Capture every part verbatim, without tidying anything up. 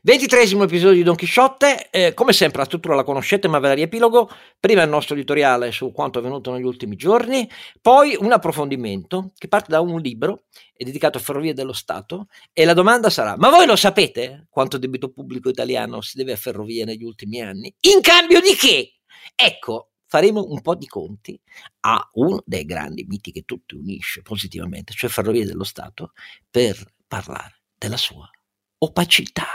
ventitreesimo episodio di Don Chisciotte, eh, come sempre la struttura la conoscete ma ve la riepilogo. Prima il nostro editoriale su quanto è avvenuto negli ultimi giorni, poi un approfondimento che parte da un libro, è dedicato a Ferrovie dello Stato, e la domanda sarà: ma voi lo sapete quanto debito pubblico italiano si deve a Ferrovie negli ultimi anni? In cambio di che? Ecco, faremo un po' di conti a uno dei grandi miti che tutti unisce positivamente, cioè Ferrovie dello Stato, per parlare della sua opacità.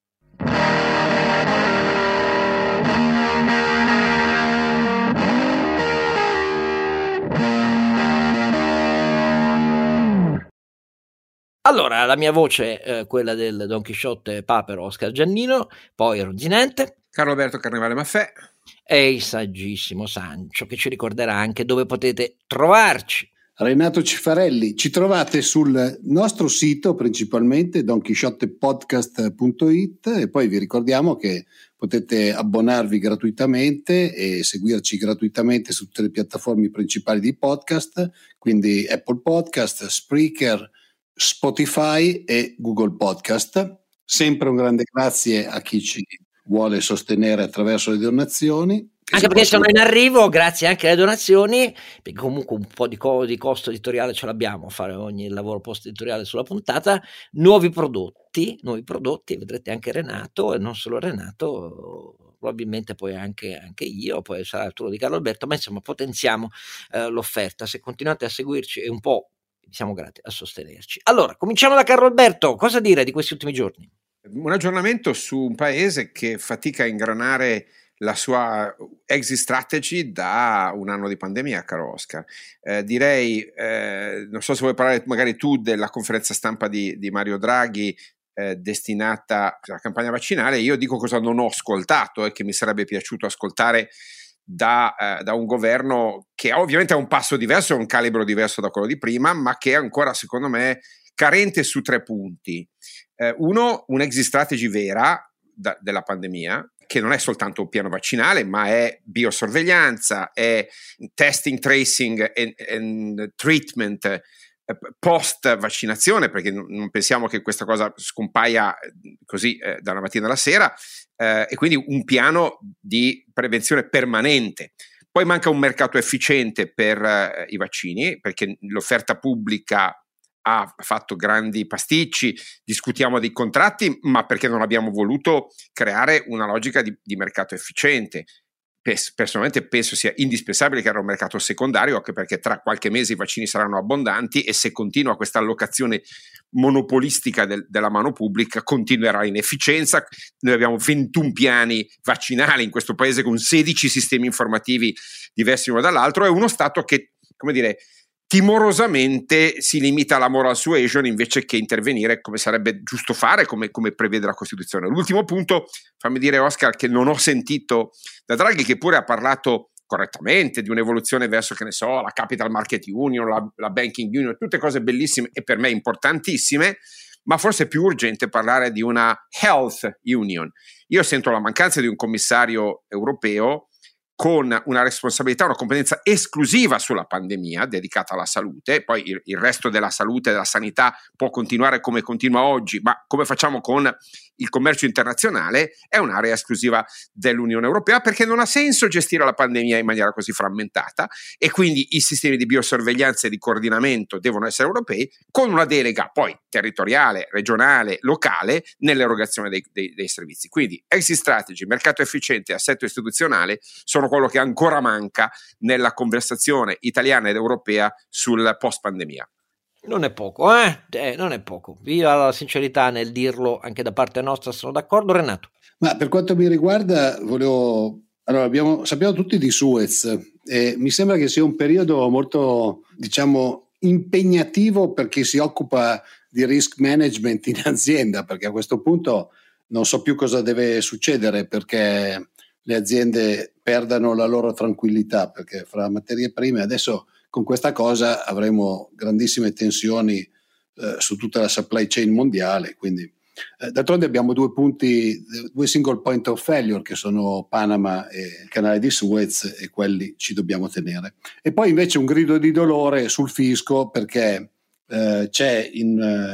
Allora, la mia voce è eh, quella del Don Chisciotte Papero Oscar Giannino, poi Ronzinante, Carlo Alberto Carnevale Maffè e il saggissimo Sancio, che ci ricorderà anche dove potete trovarci. Renato Cifarelli. Ci trovate sul nostro sito principalmente don chisciotte podcast punto it, e poi vi ricordiamo che potete abbonarvi gratuitamente e seguirci gratuitamente su tutte le piattaforme principali di podcast, quindi Apple Podcast, Spreaker, Spotify e Google Podcast. Sempre un grande grazie a chi ci vuole sostenere attraverso le donazioni. Anche perché sono in arrivo, grazie anche alle donazioni, perché comunque un po' di, co- di costo editoriale ce l'abbiamo a fare ogni lavoro post editoriale sulla puntata, nuovi prodotti, nuovi prodotti, vedrete anche Renato, e non solo Renato, probabilmente poi anche, anche io, poi sarà il turno di Carlo Alberto, ma insomma potenziamo eh, l'offerta. Se continuate a seguirci e un po' siamo grati a sostenerci. Allora, cominciamo da Carlo Alberto, cosa dire di questi ultimi giorni? Un aggiornamento su un paese che fatica a ingranare la sua exit strategy da un anno di pandemia, caro Oscar. Eh, direi, eh, non so se vuoi parlare magari tu della conferenza stampa di, di Mario Draghi eh, destinata alla campagna vaccinale. Io dico cosa non ho ascoltato e che mi sarebbe piaciuto ascoltare da, eh, da un governo che ovviamente ha un passo diverso, un calibro diverso da quello di prima, ma che è ancora, secondo me, carente su tre punti. Eh, uno, un exit strategy vera da, della pandemia, che non è soltanto un piano vaccinale, ma è biosorveglianza, è testing, tracing e, e treatment eh, post vaccinazione, perché non, non pensiamo che questa cosa scompaia così eh, dalla mattina alla sera, eh, e quindi un piano di prevenzione permanente. Poi manca un mercato efficiente per eh, i vaccini, perché l'offerta pubblica ha fatto grandi pasticci, discutiamo dei contratti, ma perché non abbiamo voluto creare una logica di, di mercato efficiente. Personalmente penso sia indispensabile creare un mercato secondario, anche perché tra qualche mese i vaccini saranno abbondanti e se continua questa allocazione monopolistica del, della mano pubblica continuerà inefficienza. Noi abbiamo ventuno piani vaccinali in questo paese con sedici sistemi informativi diversi uno dall'altro, è uno Stato che, come dire, timorosamente si limita alla moral suasion invece che intervenire come sarebbe giusto fare, come, come prevede la Costituzione. L'ultimo punto, fammi dire Oscar, che non ho sentito da Draghi, che pure ha parlato correttamente di un'evoluzione verso, che ne so, la Capital Market Union, la, la Banking Union, tutte cose bellissime e per me importantissime, ma forse è più urgente parlare di una Health Union. Io sento la mancanza di un commissario europeo con una responsabilità, una competenza esclusiva sulla pandemia dedicata alla salute. Poi il, il resto della salute e della sanità può continuare come continua oggi, ma come facciamo con il commercio internazionale è un'area esclusiva dell'Unione Europea, perché non ha senso gestire la pandemia in maniera così frammentata e quindi i sistemi di biosorveglianza e di coordinamento devono essere europei, con una delega poi territoriale, regionale, locale nell'erogazione dei, dei, dei servizi. Quindi exit strategy, mercato efficiente e assetto istituzionale sono quello che ancora manca nella conversazione italiana ed europea sul post pandemia. Non è poco, eh? eh? Non è poco. Io ho la sincerità nel dirlo, anche da parte nostra sono d'accordo. Renato? Ma per quanto mi riguarda, volevo... Allora, abbiamo, sappiamo tutti di Suez e mi sembra che sia un periodo molto, diciamo, impegnativo per chi si occupa di risk management in azienda, perché a questo punto non so più cosa deve succedere, perché le aziende perdano la loro tranquillità, perché fra materie prime adesso con questa cosa avremo grandissime tensioni eh, su tutta la supply chain mondiale, quindi eh, d'altronde abbiamo due punti, due single point of failure che sono Panama e il canale di Suez, e quelli ci dobbiamo tenere. E poi invece un grido di dolore sul fisco, perché eh, c'è in, eh,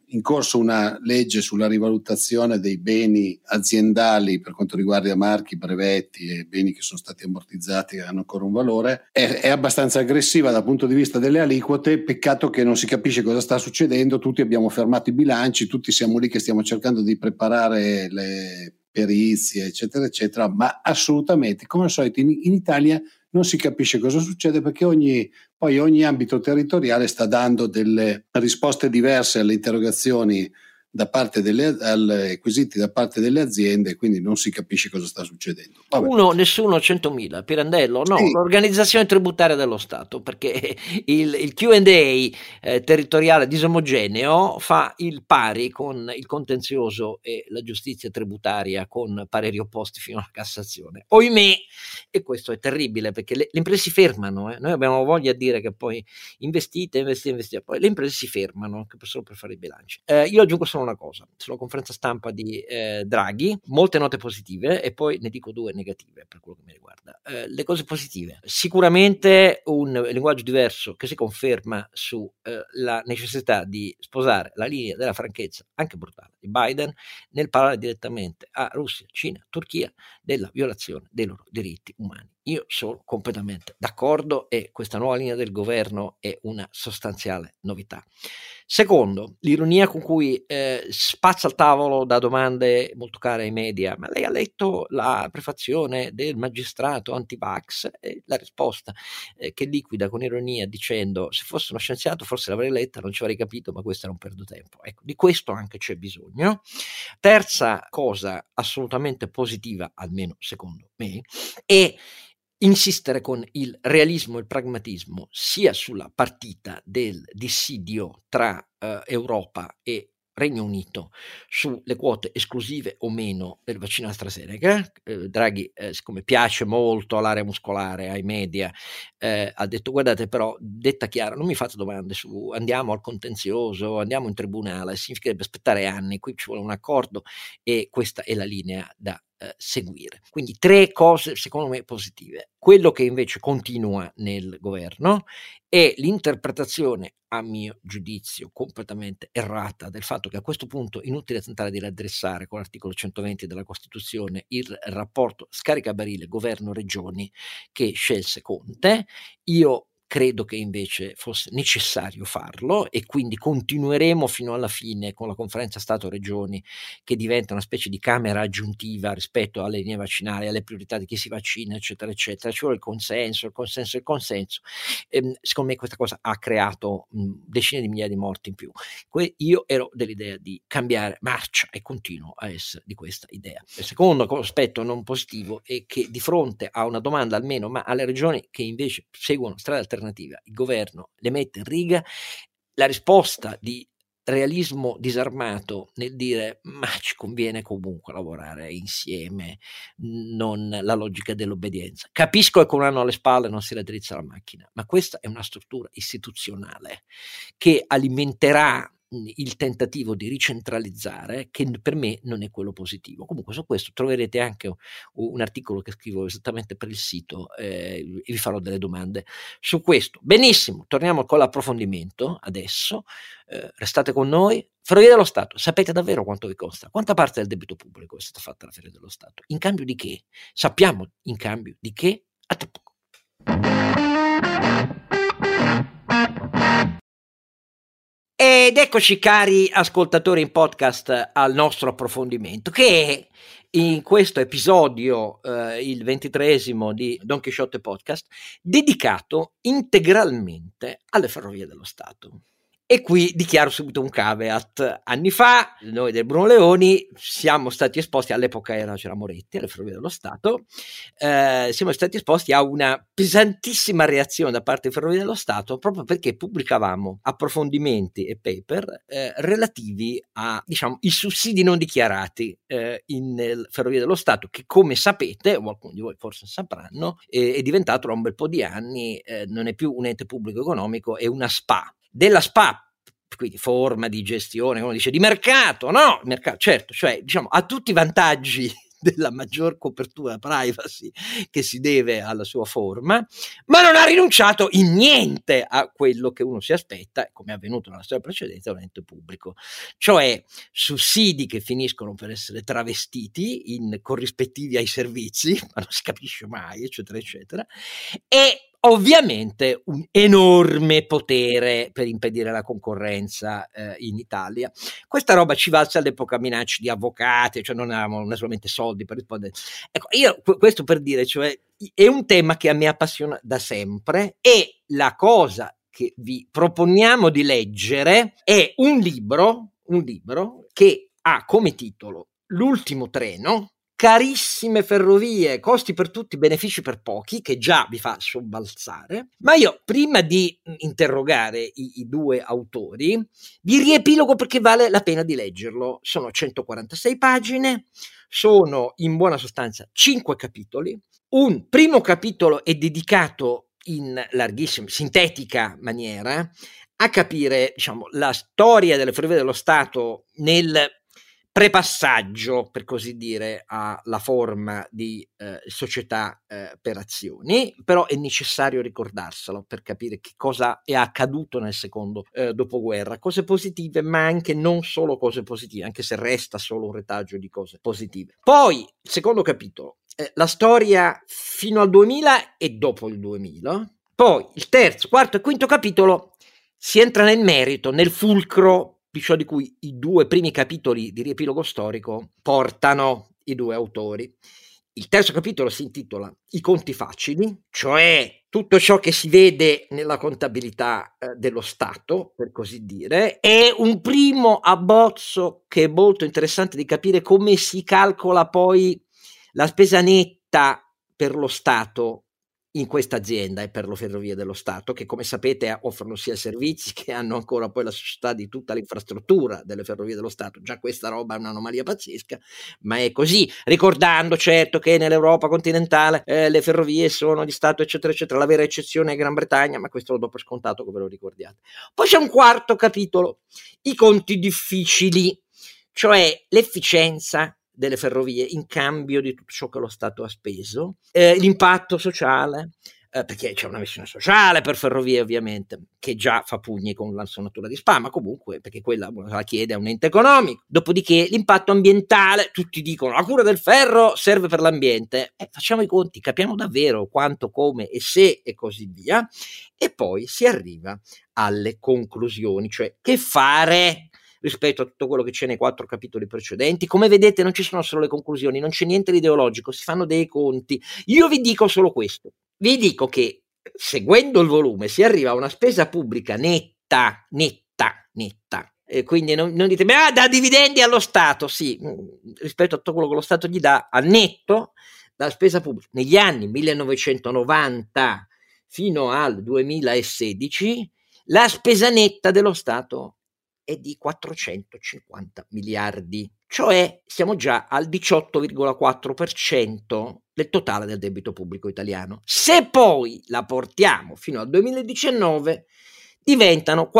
in corso una legge sulla rivalutazione dei beni aziendali per quanto riguarda marchi, brevetti e beni che sono stati ammortizzati e hanno ancora un valore. È, è abbastanza aggressiva dal punto di vista delle aliquote, peccato che non si capisce cosa sta succedendo, tutti abbiamo fermato i bilanci, tutti siamo lì che stiamo cercando di preparare le perizie eccetera eccetera, ma assolutamente come al solito in, in Italia non si capisce cosa succede, perché ogni, poi ogni ambito territoriale sta dando delle risposte diverse alle interrogazioni da parte delle alle quesiti da parte delle aziende, quindi non si capisce cosa sta succedendo. Vabbè. Uno, nessuno, centomila, Pirandello, no, sì. L'organizzazione tributaria dello Stato, perché il, il Q and A eh, territoriale disomogeneo fa il pari con il contenzioso e la giustizia tributaria con pareri opposti fino alla Cassazione. Oimè, e questo è terribile, perché le, le imprese si fermano, eh. Noi abbiamo voglia di dire che poi investite, investite, investite, poi le imprese si fermano solo per fare i bilanci. Eh, io aggiungo solo una cosa, sulla conferenza stampa di eh, Draghi, molte note positive e poi ne dico due negative per quello che mi riguarda. Eh, le cose positive, sicuramente un linguaggio diverso che si conferma sulla eh, necessità di sposare la linea della franchezza, anche brutale, di Biden nel parlare direttamente a Russia, Cina, Turchia della violazione dei loro diritti umani. Io sono completamente d'accordo e questa nuova linea del governo è una sostanziale novità. Secondo, l'ironia con cui eh, spazza al tavolo da domande molto care ai media, ma lei ha letto la prefazione del magistrato anti-vax? E la risposta eh, che liquida con ironia dicendo se fosse uno scienziato forse l'avrei letta, non ci avrei capito, ma questo era un perdutempo. Ecco, di questo anche c'è bisogno. Terza cosa assolutamente positiva, almeno secondo me, è insistere con il realismo e il pragmatismo sia sulla partita del dissidio tra eh, Europa e Regno Unito sulle quote esclusive o meno del vaccino AstraZeneca. eh, Draghi, eh, siccome piace molto all'area muscolare, ai media, eh, ha detto guardate però, detta chiara, non mi fate domande su andiamo al contenzioso, andiamo in tribunale, significherebbe aspettare anni, qui ci vuole un accordo e questa è la linea da Eh, seguire. Quindi tre cose secondo me positive. Quello che invece continua nel governo è l'interpretazione, a mio giudizio completamente errata, del fatto che a questo punto è inutile tentare di raddrizzare con l'articolo centoventi della Costituzione il rapporto scaricabarile governo-regioni che scelse Conte. Io credo che invece fosse necessario farlo e quindi continueremo fino alla fine con la conferenza Stato-Regioni che diventa una specie di camera aggiuntiva rispetto alle linee vaccinali, alle priorità di chi si vaccina, eccetera, eccetera. Ci vuole il consenso, il consenso, il consenso. Ehm, secondo me questa cosa ha creato mh, decine di migliaia di morti in più. Que- io ero dell'idea di cambiare marcia e continuo a essere di questa idea. Il secondo aspetto non positivo è che di fronte a una domanda almeno, ma alle regioni che invece seguono strade alternative, il governo le mette in riga, la risposta di realismo disarmato nel dire ma ci conviene comunque lavorare insieme, non la logica dell'obbedienza. Capisco che con un anno alle spalle non si raddrizza la macchina, ma questa è una struttura istituzionale che alimenterà il tentativo di ricentralizzare, che per me non è quello positivo. Comunque su questo troverete anche un, un articolo che scrivo esattamente per il sito eh, e vi farò delle domande su questo. Benissimo, torniamo con l'approfondimento adesso, eh, restate con noi. Ferrovie dello Stato, sapete davvero quanto vi costa? Quanta parte del debito pubblico è stata fatta alla Ferrovie dello Stato? In cambio di che? Sappiamo in cambio di che? A tra poco. Ed eccoci cari ascoltatori in podcast al nostro approfondimento che è in questo episodio, eh, il ventitreesimo di Don Chisciotte Podcast, dedicato integralmente alle Ferrovie dello Stato. E qui dichiaro subito un caveat. Anni fa, noi del Bruno Leoni siamo stati esposti, all'epoca era, c'era Moretti, alle Ferrovie dello Stato, eh, siamo stati esposti a una pesantissima reazione da parte delle Ferrovie dello Stato proprio perché pubblicavamo approfondimenti e paper eh, relativi a, diciamo, i sussidi non dichiarati eh, in Ferrovie dello Stato, che come sapete, o alcuni di voi forse sapranno, eh, è diventato da un bel po' di anni, eh, non è più un ente pubblico economico, è una S P A. Della S P A, quindi forma di gestione, come dice, di mercato, no? Mercato, certo, cioè diciamo ha tutti i vantaggi della maggior copertura privacy che si deve alla sua forma, ma non ha rinunciato in niente a quello che uno si aspetta, come è avvenuto nella storia precedente, da un ente pubblico, cioè sussidi che finiscono per essere travestiti in corrispettivi ai servizi, ma non si capisce mai, eccetera, eccetera, e ovviamente un enorme potere per impedire la concorrenza eh, in Italia. Questa roba ci valse all'epoca minacce di avvocati, cioè non avevamo naturalmente soldi per rispondere. Ecco, io questo per dire, cioè è un tema che a me appassiona da sempre, e la cosa che vi proponiamo di leggere è un libro, un libro che ha come titolo L'ultimo treno. Carissime ferrovie, costi per tutti, benefici per pochi, che già vi fa sobbalzare. Ma io, prima di interrogare i, i due autori, vi riepilogo perché vale la pena di leggerlo. Sono centoquarantasei pagine, sono in buona sostanza cinque capitoli. Un primo capitolo è dedicato in larghissima, sintetica maniera a capire, diciamo, la storia delle ferrovie dello Stato nel prepassaggio, per così dire, alla forma di eh, società eh, per azioni, però è necessario ricordarselo per capire che cosa è accaduto nel secondo eh, dopoguerra, cose positive, ma anche non solo cose positive, anche se resta solo un retaggio di cose positive. Poi, il secondo capitolo, eh, la storia fino al duemila e dopo il duemila. Poi il terzo, quarto e quinto capitolo si entra nel merito, nel fulcro di ciò di cui i due primi capitoli di riepilogo storico portano i due autori. Il terzo capitolo si intitola I conti facili, cioè tutto ciò che si vede nella contabilità eh, dello Stato, per così dire. È un primo abbozzo che è molto interessante di capire come si calcola poi la spesa netta per lo Stato in questa azienda e per le ferrovie dello Stato, che come sapete offrono sia servizi che hanno ancora poi la società di tutta l'infrastruttura delle ferrovie dello Stato. Già questa roba è un'anomalia pazzesca, ma è così, ricordando certo che nell'Europa continentale eh, le ferrovie sono di Stato, eccetera, eccetera. La vera eccezione è Gran Bretagna, ma questo lo do per scontato che ve lo ricordiate. Poi c'è un quarto capitolo, i conti difficili, cioè l'efficienza delle ferrovie in cambio di tutto ciò che lo Stato ha speso, eh, l'impatto sociale, eh, perché c'è una missione sociale per ferrovie ovviamente, che già fa pugni con la sua natura di S P A, ma comunque perché quella la chiede a un ente economico. Dopodiché l'impatto ambientale, tutti dicono la cura del ferro serve per l'ambiente, eh, facciamo i conti, capiamo davvero quanto, come e se e così via, e poi si arriva alle conclusioni, cioè che fare rispetto a tutto quello che c'è nei quattro capitoli precedenti. Come vedete non ci sono solo le conclusioni, non c'è niente di ideologico, si fanno dei conti. Io vi dico solo questo, vi dico che seguendo il volume si arriva a una spesa pubblica netta, netta, netta, e quindi non, non dite, ah, dà dividendi allo Stato, sì, rispetto a tutto quello che lo Stato gli dà a netto, la spesa pubblica negli anni millenovecentonovanta fino al duemilasedici, la spesa netta dello Stato è di quattrocentocinquanta miliardi, cioè siamo già al diciotto virgola quattro per cento del totale del debito pubblico italiano. Se poi la portiamo fino al duemiladiciannove, diventano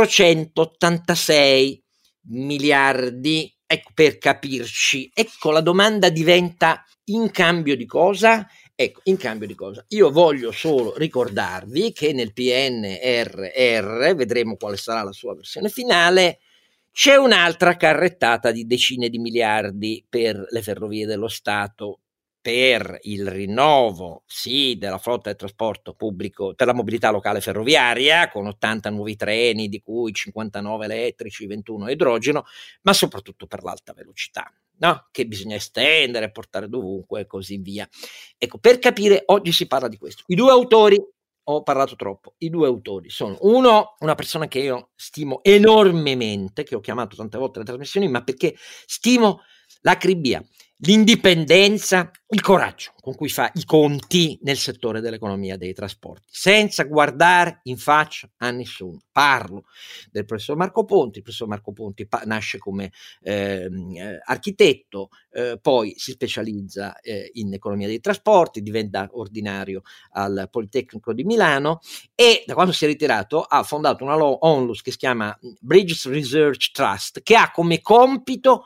quattrocentottantasei miliardi. Ecco, per capirci, ecco, la domanda diventa: in cambio di cosa? Ecco, in cambio di cosa? Io voglio solo ricordarvi che nel P N R R, vedremo quale sarà la sua versione finale, c'è un'altra carrettata di decine di miliardi per le ferrovie dello Stato, per il rinnovo, sì, della flotta del trasporto pubblico, per la mobilità locale ferroviaria, con ottanta nuovi treni, di cui cinquantanove elettrici, ventuno idrogeno, ma soprattutto per l'alta velocità, no? Che bisogna estendere, portare dovunque e così via. Ecco, per capire, oggi si parla di questo. I due autori, ho parlato troppo, i due autori sono uno, una persona che io stimo enormemente, che ho chiamato tante volte alle trasmissioni, ma perché stimo l'acribia, l'indipendenza, il coraggio con cui fa i conti nel settore dell'economia dei trasporti, senza guardare in faccia a nessuno. Parlo del professor Marco Ponti. Il professor Marco Ponti pa- nasce come eh, architetto, eh, poi si specializza eh, in economia dei trasporti, diventa ordinario al Politecnico di Milano e da quando si è ritirato ha fondato una onlus che si chiama Bridges Research Trust, che ha come compito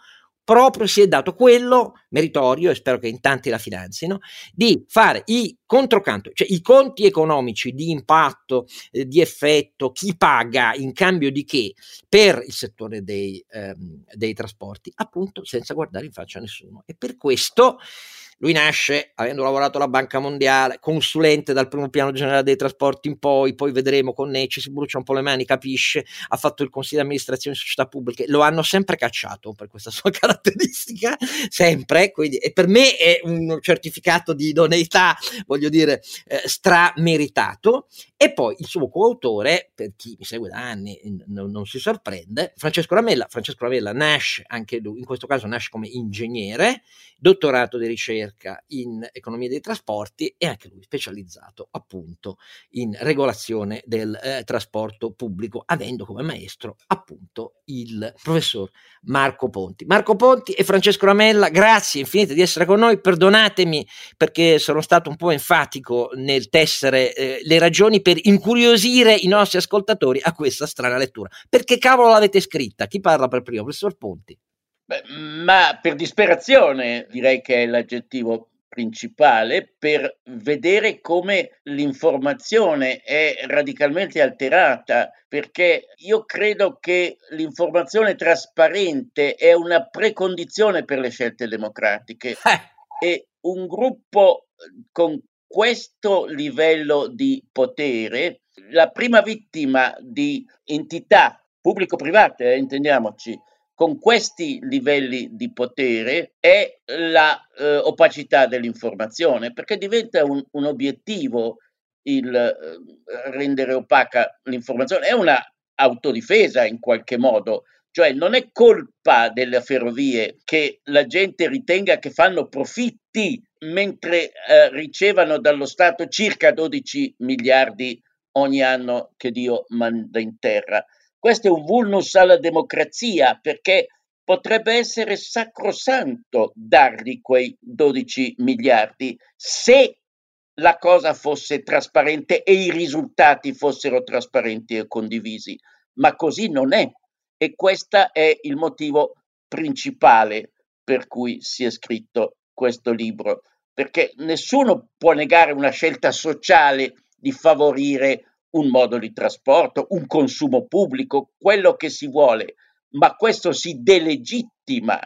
proprio si è dato quello meritorio, e spero che in tanti la finanzino, di fare i controcanto, cioè i conti economici di impatto, eh, di effetto, chi paga in cambio di che per il settore dei, ehm, dei trasporti, appunto senza guardare in faccia a nessuno. E per questo lui nasce, avendo lavorato alla Banca Mondiale, consulente dal primo piano generale dei trasporti in poi, poi vedremo con Necci, si brucia un po' le mani, capisce, ha fatto il consiglio di amministrazione di società pubbliche, lo hanno sempre cacciato per questa sua caratteristica, sempre, quindi, e per me è un certificato di idoneità, voglio dire, eh, strameritato. E poi il suo coautore, per chi mi segue da anni non, non si sorprende, Francesco Ramella. Francesco Ramella nasce anche lui, in questo caso nasce come ingegnere, dottorato di ricerca in economia dei trasporti e anche lui specializzato appunto in regolazione del eh, trasporto pubblico, avendo come maestro appunto il professor Marco Ponti. Marco Ponti e Francesco Ramella, grazie infinite di essere con noi, perdonatemi perché sono stato un po' enfatico nel tessere eh, le ragioni per incuriosire i nostri ascoltatori a questa strana lettura. Perché cavolo l'avete scritta? Chi parla per primo? Professor Ponti. Beh, ma per disperazione direi che è l'aggettivo principale, per vedere come l'informazione è radicalmente alterata, perché io credo che l'informazione trasparente è una precondizione per le scelte democratiche eh. E un gruppo con questo livello di potere, la prima vittima di entità pubblico-private, eh, intendiamoci, con questi livelli di potere è la eh, opacità dell'informazione, perché diventa un, un obiettivo il eh, rendere opaca l'informazione, è una autodifesa in qualche modo, cioè non è colpa delle ferrovie che la gente ritenga che fanno profitti mentre eh, ricevano dallo Stato circa dodici miliardi ogni anno che Dio manda in terra. Questo è un vulnus alla democrazia, perché potrebbe essere sacrosanto dargli quei dodici miliardi se la cosa fosse trasparente e i risultati fossero trasparenti e condivisi, ma così non è. E questo è il motivo principale per cui si è scritto questo libro, perché nessuno può negare una scelta sociale di favorire un modo di trasporto, un consumo pubblico, quello che si vuole, ma questo si delegittima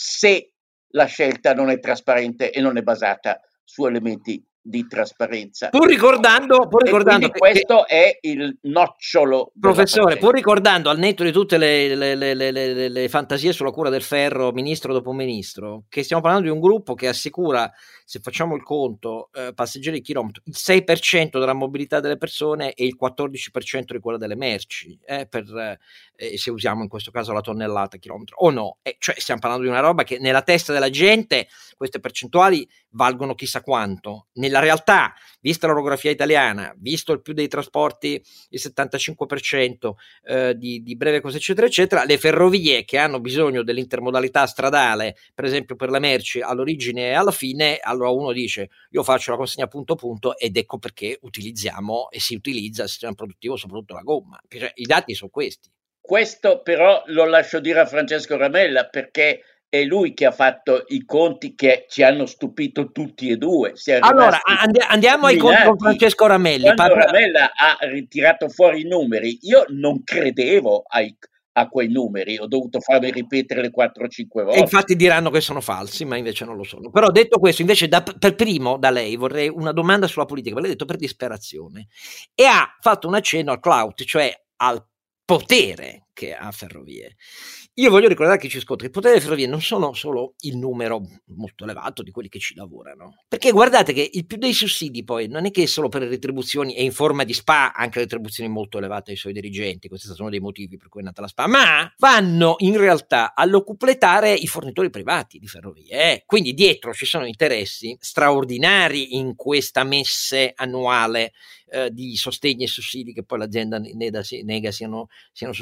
se la scelta non è trasparente e non è basata su elementi di trasparenza. Pur ricordando, pur ricordando e questo che, è il nocciolo. Professore, pur ricordando, al netto di tutte le, le, le, le, le, le fantasie sulla cura del ferro, ministro dopo ministro, che stiamo parlando di un gruppo che assicura, se facciamo il conto, eh, passeggeri e chilometri, il sei per cento della mobilità delle persone e il quattordici per cento di quella delle merci, eh, per, eh, se usiamo in questo caso la tonnellata chilometro, o no? Eh, cioè stiamo parlando di una roba che nella testa della gente queste percentuali valgono chissà quanto. Nella realtà, vista l'orografia italiana, visto il più dei trasporti, il settantacinque per cento eh, di, di breve cosa eccetera eccetera, le ferrovie che hanno bisogno dell'intermodalità stradale, per esempio per le merci all'origine e alla fine, allora uno dice io faccio la consegna punto punto ed ecco perché utilizziamo e si utilizza il sistema produttivo, soprattutto la gomma. Cioè, i dati sono questi. Questo però lo lascio dire a Francesco Ramella, perché è lui che ha fatto i conti che ci hanno stupito tutti e due. Allora and- andiamo ai conti con Francesco Ramelli. Quando Parla... Ramella ha ritirato fuori i numeri, io non credevo ai, a quei numeri, ho dovuto farmi ripetere le quattro o cinque volte. E infatti diranno che sono falsi, ma invece non lo sono. Però detto questo, invece da, per primo da lei vorrei una domanda sulla politica, ve l'ho detto per disperazione, e ha fatto un accenno al clout, cioè al potere che ha Ferrovie. Io voglio ricordare che ci ascolta che il potere delle ferrovie non sono solo il numero molto elevato di quelli che ci lavorano, perché guardate che il più dei sussidi poi non è che è solo per le retribuzioni e in forma di S P A anche le retribuzioni molto elevate ai suoi dirigenti, questi sono dei motivi per cui è nata la S P A, ma vanno in realtà all'occupletare i fornitori privati di ferrovie, eh? Quindi dietro ci sono interessi straordinari in questa messe annuale eh, di sostegni e sussidi che poi l'azienda nega, nega siano, siano sussidi.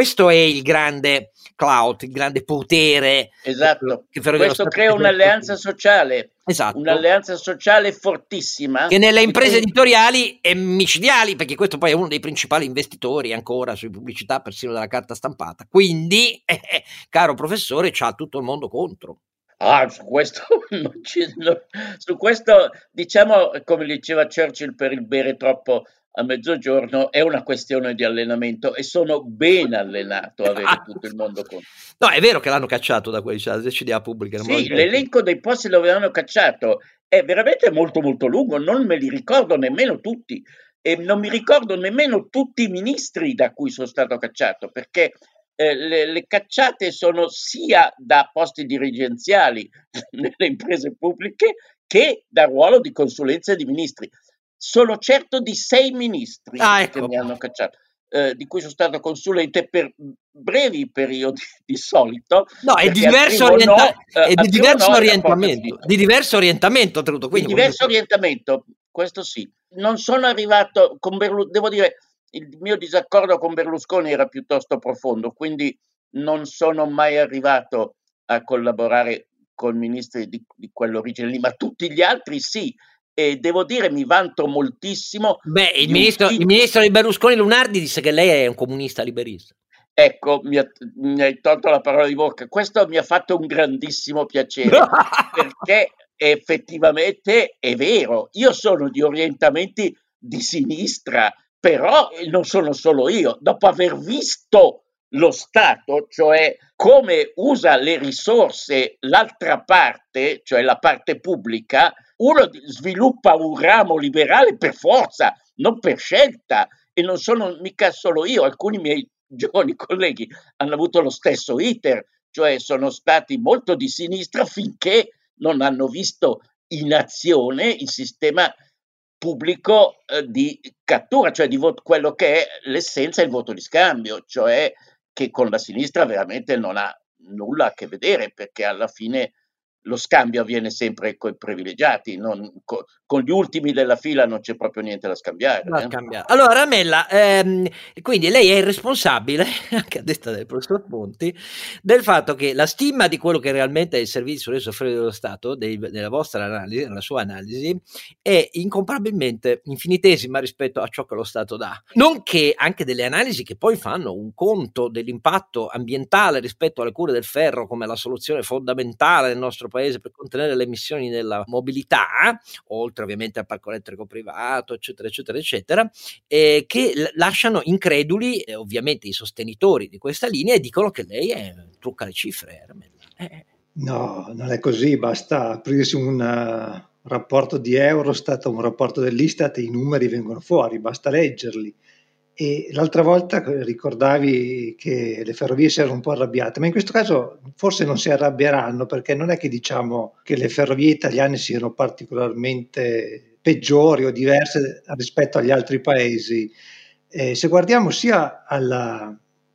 questo è il grande clout, il grande potere. Esatto, che Ferrovie questo crea un'alleanza sociale, esatto. un'alleanza sociale fortissima. Che nelle imprese editoriali è micidiali, perché questo poi è uno dei principali investitori ancora su pubblicità, persino della carta stampata. Quindi, eh, eh, caro professore, c'ha tutto il mondo contro. Ah, su questo, non ci, no, su questo, diciamo, come diceva Churchill, per il bere troppo a mezzogiorno è una questione di allenamento, e sono ben allenato a avere tutto il mondo contro. No, è vero che l'hanno cacciato da quei C D A pubblica. Sì, l'elenco dei posti dove l'hanno cacciato è veramente molto molto lungo, non me li ricordo nemmeno tutti, e non mi ricordo nemmeno tutti i ministri da cui sono stato cacciato, perché eh, le, le cacciate sono sia da posti dirigenziali nelle imprese pubbliche che da ruolo di consulenza di ministri. Sono certo di sei ministri ah, ecco. che mi hanno cacciato, eh, di cui sono stato consulente per brevi periodi di solito. No, è di diverso, orienta- no, è di diverso no, orientamento, di diverso orientamento, tenuto, quindi di diverso quindi... orientamento, questo sì. Non sono arrivato con Berlusconi, devo dire, il mio disaccordo con Berlusconi era piuttosto profondo, quindi non sono mai arrivato a collaborare con ministri di, di quell'origine lì, ma tutti gli altri sì. E devo dire, mi vanto moltissimo. Beh, il ministro, il ministro di Berlusconi, Lunardi, disse che lei è un comunista liberista. Ecco, mi, ha, mi hai tolto la parola di bocca. Questo mi ha fatto un grandissimo piacere, perché effettivamente è vero. Io sono di orientamenti di sinistra, però non sono solo io. Dopo aver visto lo Stato, cioè come usa le risorse l'altra parte, cioè la parte pubblica, uno sviluppa un ramo liberale per forza, non per scelta, e non sono mica solo io, alcuni miei giovani colleghi hanno avuto lo stesso iter, cioè sono stati molto di sinistra finché non hanno visto in azione il sistema pubblico eh, di cattura, cioè di voto, quello che è l'essenza del voto di scambio, cioè che con la sinistra veramente non ha nulla a che vedere, perché alla fine lo scambio avviene sempre con i privilegiati, non, con, con gli ultimi della fila non c'è proprio niente da scambiare. Da eh? scambiare. Allora, Ramella, ehm, quindi lei è responsabile, anche a detta del professor Monti, del fatto che la stima di quello che realmente è il servizio delle sofferte dello Stato, dei, della vostra analisi, nella sua analisi, è incomparabilmente infinitesima rispetto a ciò che lo Stato dà, nonché anche delle analisi che poi fanno un conto dell'impatto ambientale rispetto alle cure del ferro come la soluzione fondamentale del nostro paese per contenere le emissioni della mobilità, oltre ovviamente al parco elettrico privato, eccetera, eccetera, eccetera, eh, che l- lasciano increduli eh, ovviamente i sostenitori di questa linea e dicono che lei è, trucca le cifre. Eh. No, non è così, basta aprirsi un uh, rapporto di Eurostat, un rapporto dell'Istat e i numeri vengono fuori, basta leggerli. E l'altra volta ricordavi che le ferrovie si erano un po' arrabbiate, ma in questo caso forse non si arrabbieranno, perché non è che diciamo che le ferrovie italiane siano particolarmente peggiori o diverse rispetto agli altri paesi. Eh, se guardiamo sia alla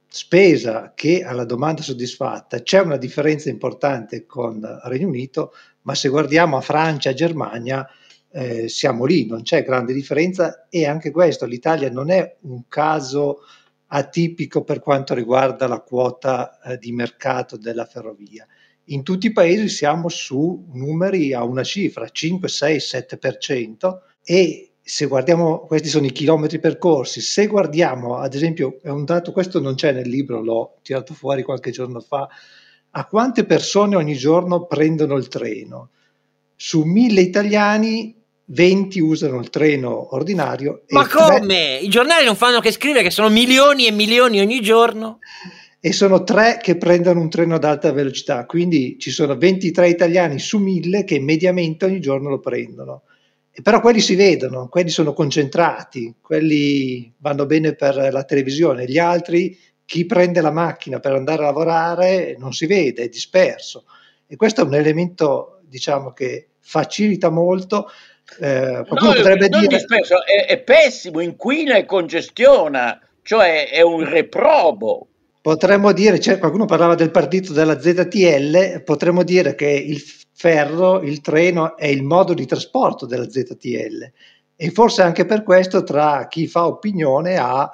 spesa che alla domanda soddisfatta, c'è una differenza importante con il Regno Unito, ma se guardiamo a Francia e Germania, Eh, siamo lì, non c'è grande differenza, e anche questo, l'Italia non è un caso atipico per quanto riguarda la quota eh, di mercato della ferrovia. In tutti i paesi siamo su numeri a una cifra, cinque, sei, sette per cento, e se guardiamo, questi sono i chilometri percorsi, se guardiamo ad esempio, è un dato, questo non c'è nel libro, l'ho tirato fuori qualche giorno fa, a quante persone ogni giorno prendono il treno. Su mille italiani venti usano il treno ordinario. Ma e come? tre... I giornali non fanno che scrivere che sono milioni e milioni ogni giorno? E sono tre che prendono un treno ad alta velocità, quindi ci sono ventitré italiani su mille che mediamente ogni giorno lo prendono. E però quelli si vedono, quelli sono concentrati, quelli vanno bene per la televisione, gli altri, chi prende la macchina per andare a lavorare non si vede, è disperso. E questo è un elemento, diciamo, che facilita molto. Eh, no, potrebbe non dire... disperso, è, è pessimo, inquina e congestiona, cioè è un reprobo. Potremmo dire, cioè, qualcuno parlava del partito della Z T L, potremmo dire che il ferro, il treno è il modo di trasporto della Z T L, e forse anche per questo tra chi fa opinione ha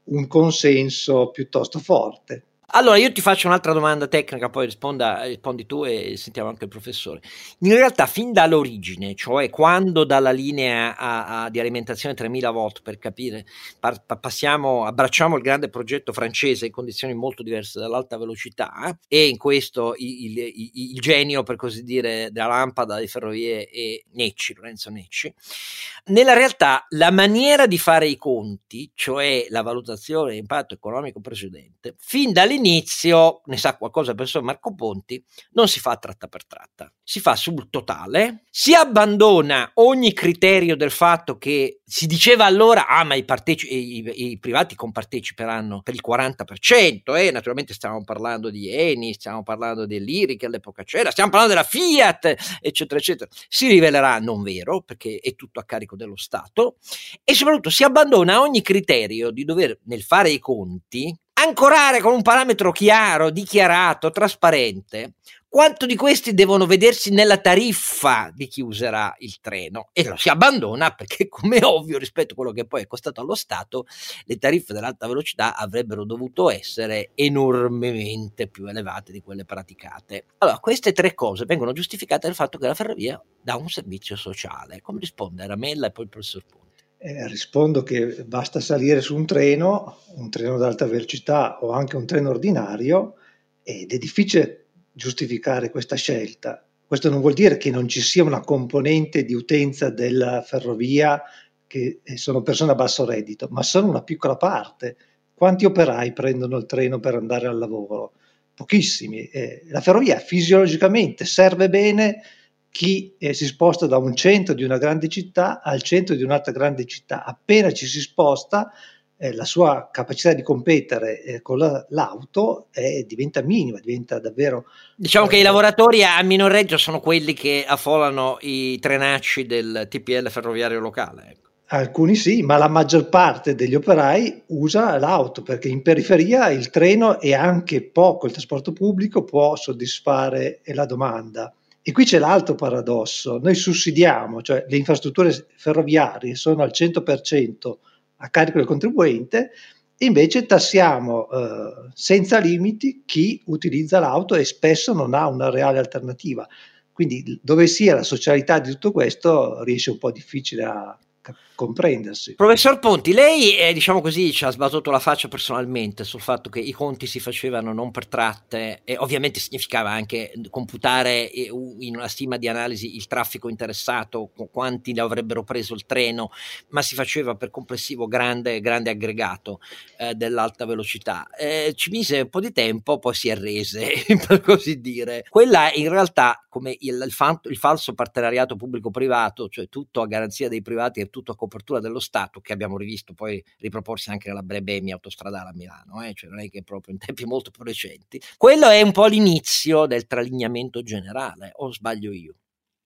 un consenso piuttosto forte. Allora io ti faccio un'altra domanda tecnica, poi risponda, rispondi tu e sentiamo anche il professore. In realtà fin dall'origine, cioè quando dalla linea a, a, di alimentazione tremila volt, per capire, par, passiamo, abbracciamo il grande progetto francese in condizioni molto diverse dall'alta velocità, e in questo il, il, il genio, per così dire, della lampada di Ferrovie è Necci, Lorenzo Necci. Nella realtà la maniera di fare i conti, cioè la valutazione di impatto economico precedente, fin dall'inizio Inizio, ne sa qualcosa il professor Marco Ponti, non si fa tratta per tratta, si fa sul totale, si abbandona ogni criterio del fatto che si diceva allora ah ma i, parteci- i, i privati comparteciperanno per il quaranta per cento, e eh? naturalmente stiamo parlando di Eni, stiamo parlando dell'I R I che all'epoca c'era, stiamo parlando della Fiat eccetera eccetera, si rivelerà non vero perché è tutto a carico dello Stato, e soprattutto si abbandona ogni criterio di dover nel fare i conti ancorare con un parametro chiaro, dichiarato, trasparente, quanto di questi devono vedersi nella tariffa di chi userà il treno, e lo si abbandona perché, come è ovvio, rispetto a quello che poi è costato allo Stato, le tariffe dell'alta velocità avrebbero dovuto essere enormemente più elevate di quelle praticate. Allora, queste tre cose vengono giustificate dal fatto che la ferrovia dà un servizio sociale. Come risponde Ramella e poi il professor Ponti? Eh, rispondo che basta salire su un treno, un treno ad alta velocità o anche un treno ordinario, ed è difficile giustificare questa scelta. Questo non vuol dire che non ci sia una componente di utenza della ferrovia che sono persone a basso reddito, ma sono una piccola parte. Quanti operai prendono il treno per andare al lavoro? Pochissimi. Eh, la ferrovia fisiologicamente serve bene chi eh, si sposta da un centro di una grande città al centro di un'altra grande città. Appena ci si sposta, eh, la sua capacità di competere eh, con la, l'auto eh, diventa minima, diventa davvero... Diciamo eh, che i lavoratori a minor reddito sono quelli che affollano i trenacci del T P L ferroviario locale. Ecco. Alcuni sì, ma la maggior parte degli operai usa l'auto, perché in periferia il treno e anche poco il trasporto pubblico può soddisfare la domanda. E qui c'è l'altro paradosso: noi sussidiamo, cioè le infrastrutture ferroviarie sono al cento per cento a carico del contribuente, e invece tassiamo eh, senza limiti chi utilizza l'auto e spesso non ha una reale alternativa. Quindi dove sia la socialità di tutto questo riesce un po' difficile a comprendersi. Professor Ponti, lei eh, diciamo così ci ha sbattuto la faccia personalmente sul fatto che i conti si facevano non per tratte, e ovviamente significava anche computare eh, in una stima di analisi il traffico interessato, quanti ne avrebbero preso il treno, ma si faceva per complessivo grande, grande aggregato eh, dell'alta velocità. Eh, ci mise un po' di tempo, poi si arrese, per così dire. Quella in realtà, come il, il, fa- il falso partenariato pubblico-privato, cioè tutto a garanzia dei privati e tutto a copertura dello Stato, che abbiamo rivisto poi riproporsi anche nella Brebemia autostradale a Milano, eh? Cioè non è che proprio in tempi molto più recenti. Quello è un po' l'inizio del tralignamento generale, o sbaglio io?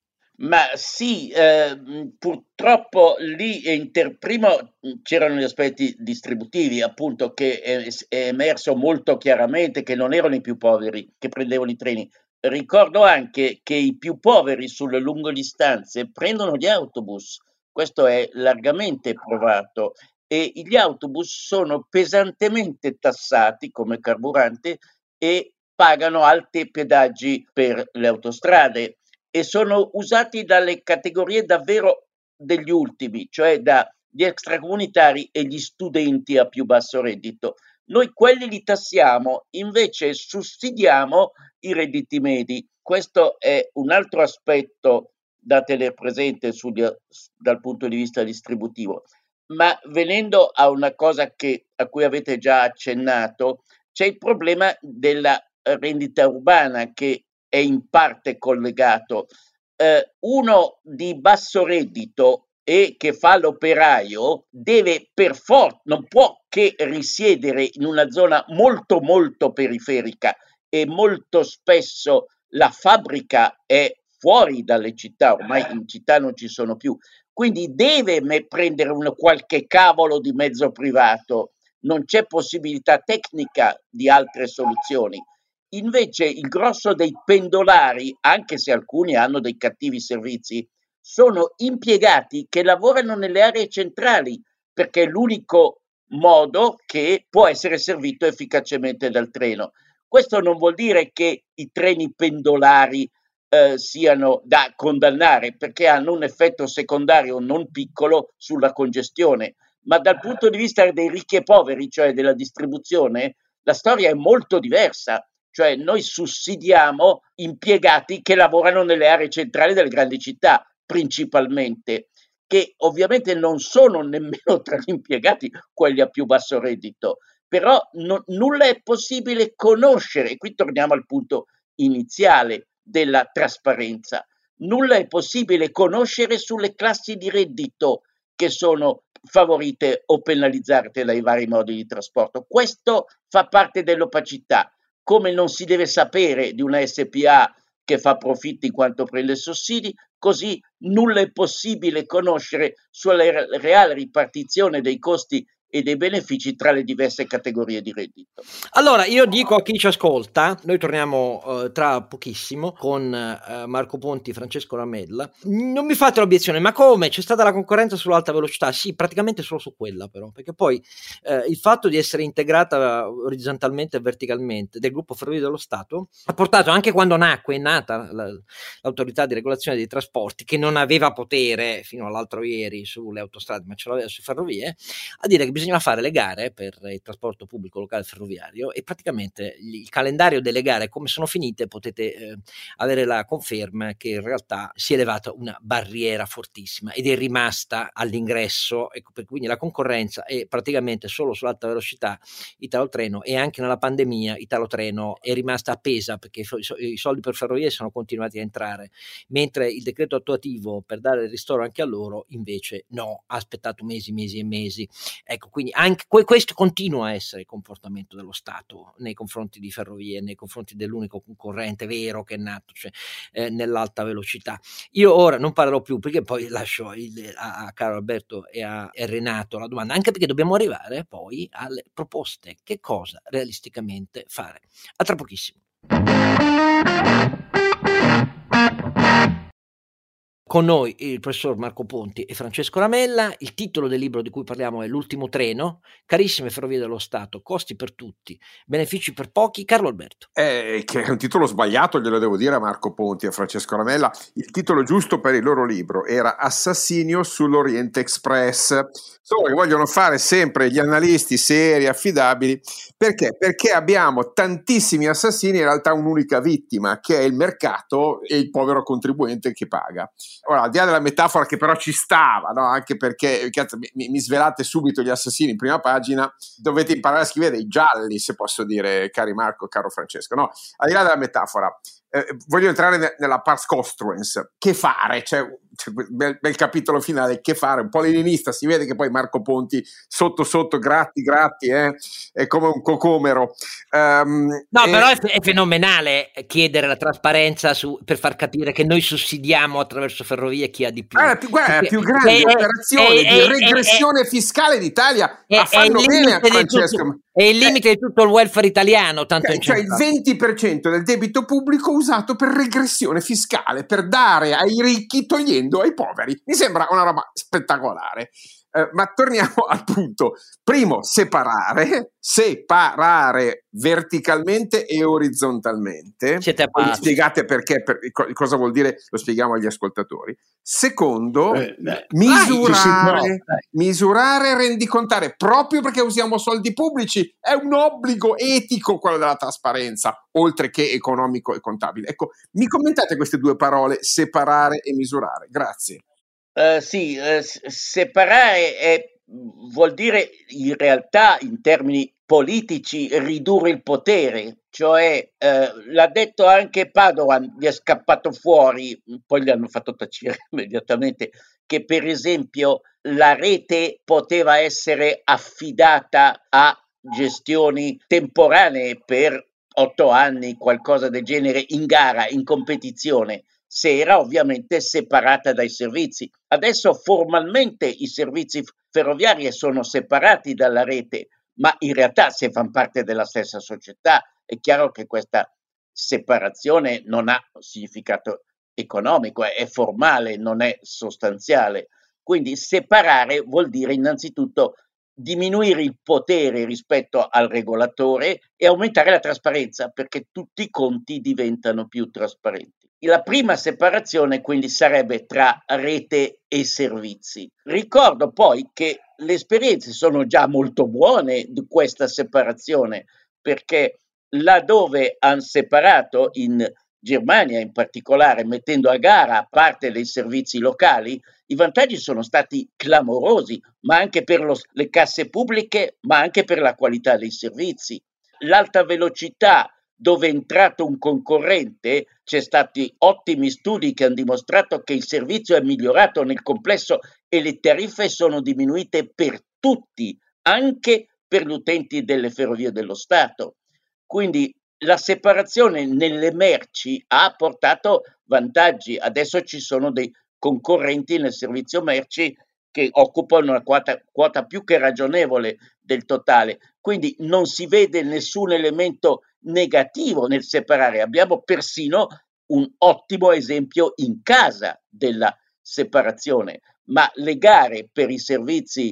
Ma sì, eh, purtroppo lì inter- primo c'erano gli aspetti distributivi, appunto, che è, è emerso molto chiaramente che non erano i più poveri che prendevano i treni. Ricordo anche che i più poveri sulle lunghe distanze prendono gli autobus. Questo è largamente provato, e gli autobus sono pesantemente tassati come carburante e pagano alti pedaggi per le autostrade, e sono usati dalle categorie davvero degli ultimi, cioè dagli extracomunitari e gli studenti a più basso reddito. Noi quelli li tassiamo, invece sussidiamo i redditi medi. Questo è un altro aspetto da tenere presente sugli, dal punto di vista distributivo. Ma venendo a una cosa che, a cui avete già accennato, c'è il problema della rendita urbana, che è in parte collegato. Eh, uno di basso reddito e che fa l'operaio deve per forza, non può che risiedere in una zona molto molto periferica, e molto spesso la fabbrica è fuori dalle città, ormai in città non ci sono più, quindi deve me prendere un qualche cavolo di mezzo privato, non c'è possibilità tecnica di altre soluzioni. Invece il grosso dei pendolari, anche se alcuni hanno dei cattivi servizi, sono impiegati che lavorano nelle aree centrali, perché l'unico modo che può essere servito efficacemente dal treno. Questo non vuol dire che i treni pendolari eh, siano da condannare, perché hanno un effetto secondario non piccolo sulla congestione, ma dal punto di vista dei ricchi e poveri, cioè della distribuzione, la storia è molto diversa. Cioè noi sussidiamo impiegati che lavorano nelle aree centrali delle grandi città, principalmente, che ovviamente non sono nemmeno tra gli impiegati quelli a più basso reddito, però no, nulla è possibile conoscere, e qui torniamo al punto iniziale della trasparenza, nulla è possibile conoscere sulle classi di reddito che sono favorite o penalizzate dai vari modi di trasporto. Questo fa parte dell'opacità, come non si deve sapere di una S P A che fa profitti in quanto prende sussidi, così nulla è possibile conoscere sulla reale ripartizione dei costi e dei benefici tra le diverse categorie di reddito. Allora io dico a chi ci ascolta, noi torniamo uh, tra pochissimo con uh, Marco Ponti e Francesco Ramella. Non mi fate l'obiezione, ma come? C'è stata la concorrenza sull'alta velocità? Sì, praticamente solo su quella però, perché poi uh, il fatto di essere integrata orizzontalmente e verticalmente del gruppo Ferrovie dello Stato ha portato, anche quando nacque, è nata la, l'autorità di regolazione dei trasporti, che non aveva potere fino all'altro ieri sulle autostrade ma ce l'aveva su ferrovie, a dire che bisogna fare le gare per il trasporto pubblico locale ferroviario, e praticamente il calendario delle gare, come sono finite, potete eh, avere la conferma che in realtà si è elevata una barriera fortissima ed è rimasta all'ingresso, ecco, per, quindi la concorrenza è praticamente solo sull'alta velocità Italo-Treno, e anche nella pandemia Italo-Treno è rimasta appesa perché i soldi per ferrovie sono continuati a entrare, mentre il decreto attuativo per dare il ristoro anche a loro invece no, ha aspettato mesi, mesi e mesi. Ecco, quindi anche questo continua a essere il comportamento dello Stato nei confronti di Ferrovie, nei confronti dell'unico concorrente vero che è nato, cioè eh, nell'alta velocità. Io ora non parlerò più perché poi lascio il, a, a caro Alberto e a, a Renato la domanda, anche perché dobbiamo arrivare poi alle proposte, che cosa realisticamente fare. A tra pochissimo. Con noi il professor Marco Ponti e Francesco Ramella. Il titolo del libro di cui parliamo è L'ultimo treno, carissime Ferrovie dello Stato, costi per tutti, benefici per pochi. Carlo Alberto. Eh, che è un titolo sbagliato, glielo devo dire a Marco Ponti e a Francesco Ramella. Il titolo giusto per il loro libro era Assassinio sull'Oriente Express. Solo che vogliono fare sempre gli analisti seri, affidabili. Perché? Perché abbiamo tantissimi assassini, in realtà un'unica vittima, che è il mercato e il povero contribuente che paga. Ora, al di là della metafora che però ci stava, no? Anche perché cazzo, mi, mi svelate subito gli assassini in prima pagina, dovete imparare a scrivere dei gialli, se posso dire, cari Marco, caro Francesco. No, al di là della metafora, eh, voglio entrare ne, nella pars construens. Che fare? C'è, c'è bel, bel capitolo finale, che fare? Un po' leninista, si vede che poi Marco Ponti sotto sotto, gratti, gratti, eh? È come un cocomero. Um, no, e... però è, è fenomenale chiedere la trasparenza su, per far capire che noi sussidiamo attraverso Ferrovie chi ha di più. Ah, la più, guarda, la più grande è, operazione è, di è, regressione è, è, d'Italia è, a fanno bene a Francesco. Tutto, è il limite eh, di tutto il welfare italiano, tanto cioè, cioè il venti per cento del debito pubblico usato per regressione fiscale, per dare ai ricchi togliendo ai poveri. Mi sembra una roba spettacolare. Eh, ma torniamo al punto. Primo, separare, separare verticalmente e orizzontalmente. Siete poi spiegate perché, per, cosa vuol dire, lo spieghiamo agli ascoltatori. Secondo, eh, misurare, dai, misurare e rendicontare, proprio perché usiamo soldi pubblici. È un obbligo etico quello della trasparenza, oltre che economico e contabile. Ecco, mi commentate queste due parole, separare e misurare. Grazie. Uh, sì, uh, separare è, vuol dire in realtà in termini politici ridurre il potere, cioè uh, l'ha detto anche Padoan, gli è scappato fuori, poi gli hanno fatto tacere immediatamente, che per esempio la rete poteva essere affidata a gestioni temporanee per otto anni, qualcosa del genere, in gara, in competizione, se era ovviamente separata dai servizi. Adesso formalmente i servizi ferroviari sono separati dalla rete, ma in realtà se fanno parte della stessa società. È chiaro che questa separazione non ha significato economico, è formale, non è sostanziale. Quindi separare vuol dire innanzitutto diminuire il potere rispetto al regolatore e aumentare la trasparenza, perché tutti i conti diventano più trasparenti. La prima separazione quindi sarebbe tra rete e servizi. Ricordo poi che le esperienze sono già molto buone di questa separazione, perché laddove hanno separato, in Germania in particolare, mettendo a gara parte dei servizi locali, i vantaggi sono stati clamorosi, ma anche per lo, le casse pubbliche, ma anche per la qualità dei servizi. L'alta velocità, dove è entrato un concorrente, c'è stati ottimi studi che hanno dimostrato che il servizio è migliorato nel complesso e le tariffe sono diminuite per tutti, anche per gli utenti delle ferrovie dello Stato. Quindi la separazione nelle merci ha portato vantaggi. Adesso ci sono dei concorrenti nel servizio merci che occupano una quota, quota più che ragionevole del totale. Quindi non si vede nessun elemento negativo nel separare. Abbiamo persino un ottimo esempio in casa della separazione, ma le gare per i servizi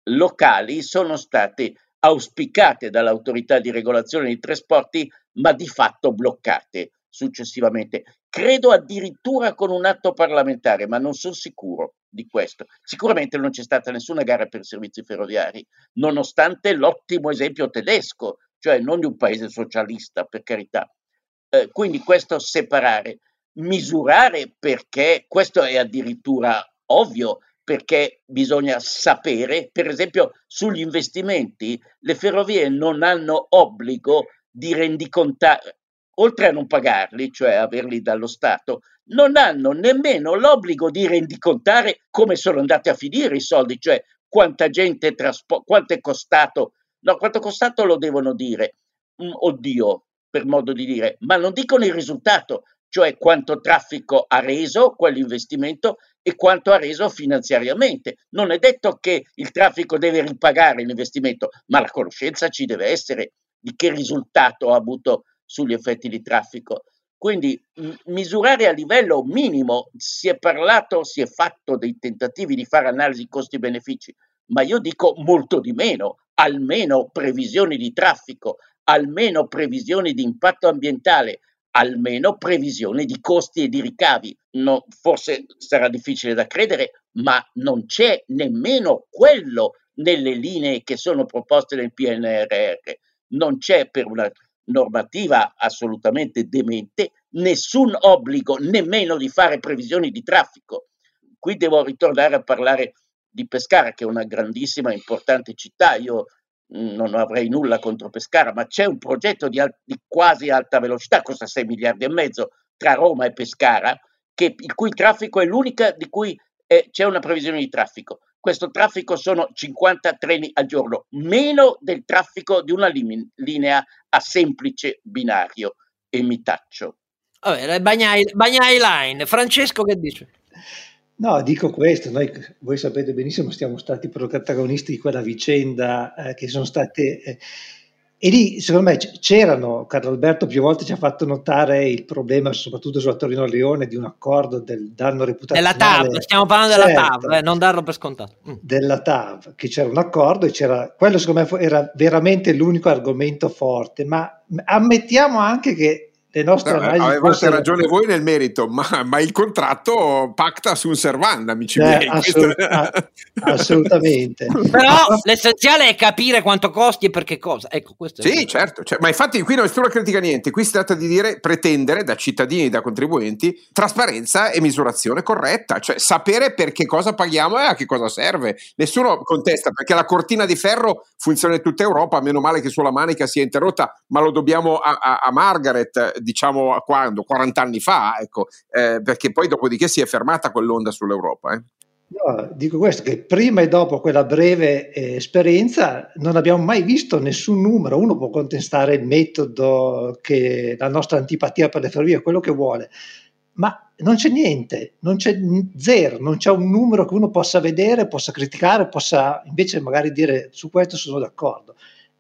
locali sono state auspicate dall'autorità di regolazione dei trasporti, ma di fatto bloccate successivamente. Credo addirittura con un atto parlamentare, ma non sono sicuro di questo. Sicuramente non c'è stata nessuna gara per servizi ferroviari, nonostante l'ottimo esempio tedesco, cioè non di un paese socialista, per carità. Eh, quindi questo separare, misurare, perché questo è addirittura ovvio, perché bisogna sapere, per esempio sugli investimenti, le ferrovie non hanno obbligo di rendicontare, oltre a non pagarli, cioè averli dallo Stato, non hanno nemmeno l'obbligo di rendicontare come sono andati a finire i soldi, cioè quanta gente traspo- quanto è costato, no, quanto è costato lo devono dire, mm, oddio, per modo di dire, ma non dicono il risultato, cioè quanto traffico ha reso quell'investimento e quanto ha reso finanziariamente. Non è detto che il traffico deve ripagare l'investimento, ma la conoscenza ci deve essere di che risultato ha avuto sugli effetti di traffico. Quindi m- misurare a livello minimo, si è parlato, si è fatto dei tentativi di fare analisi costi-benefici, ma io dico molto di meno, almeno previsioni di traffico, almeno previsioni di impatto ambientale, almeno previsioni di costi e di ricavi. No, forse sarà difficile da credere, ma non c'è nemmeno quello nelle linee che sono proposte nel P N R R. Non c'è, per una normativa assolutamente demente, nessun obbligo nemmeno di fare previsioni di traffico. Qui devo ritornare a parlare di Pescara, che è una grandissima e importante città. Io non avrei nulla contro Pescara, ma c'è un progetto di, al- di quasi alta velocità, costa sei miliardi e mezzo, tra Roma e Pescara, che, il cui traffico è l'unica di cui eh, c'è una previsione di traffico. Questo traffico sono cinquanta treni al giorno, meno del traffico di una lim- linea a semplice binario. E mi taccio. Vabbè, le Bagnai, Bagnai Line. Francesco, che dice? No, dico questo, noi, voi sapete benissimo, siamo stati protagonisti di quella vicenda eh, che sono state... Eh, e lì, secondo me, c'erano, Carlo Alberto più volte ci ha fatto notare il problema, soprattutto sulla Torino-Lione, di un accordo del danno reputazionale. Della T A V, stiamo parlando della certo, T A V, eh, non darlo per scontato. Mm. Della T A V, che c'era un accordo e c'era, quello secondo me era veramente l'unico argomento forte, ma ammettiamo anche che le nostre no, analisi avevate fossero... ragione voi nel merito, ma, ma il contratto pacta sunt servanda, amici eh, miei. assolut- assolutamente. Però l'essenziale è capire quanto costi e per che cosa. Ecco, questo è Sì, certo, cioè, ma infatti qui non nessuno critica niente, qui si tratta di dire, pretendere da cittadini, da contribuenti, trasparenza e misurazione corretta, cioè sapere per che cosa paghiamo e a che cosa serve. Nessuno contesta, perché la cortina di ferro funziona in tutta Europa, meno male che sulla Manica sia interrotta, ma lo dobbiamo a, a, a Margaret, diciamo a quando? quaranta anni fa, ecco, eh, perché poi dopodiché si è fermata quell'onda sull'Europa, eh. No, dico questo, che prima e dopo quella breve eh, esperienza non abbiamo mai visto nessun numero. Uno può contestare il metodo, che la nostra antipatia per le ferrovie, quello che vuole, ma non c'è niente, non c'è zero, non c'è un numero che uno possa vedere, possa criticare, possa invece magari dire su questo sono d'accordo.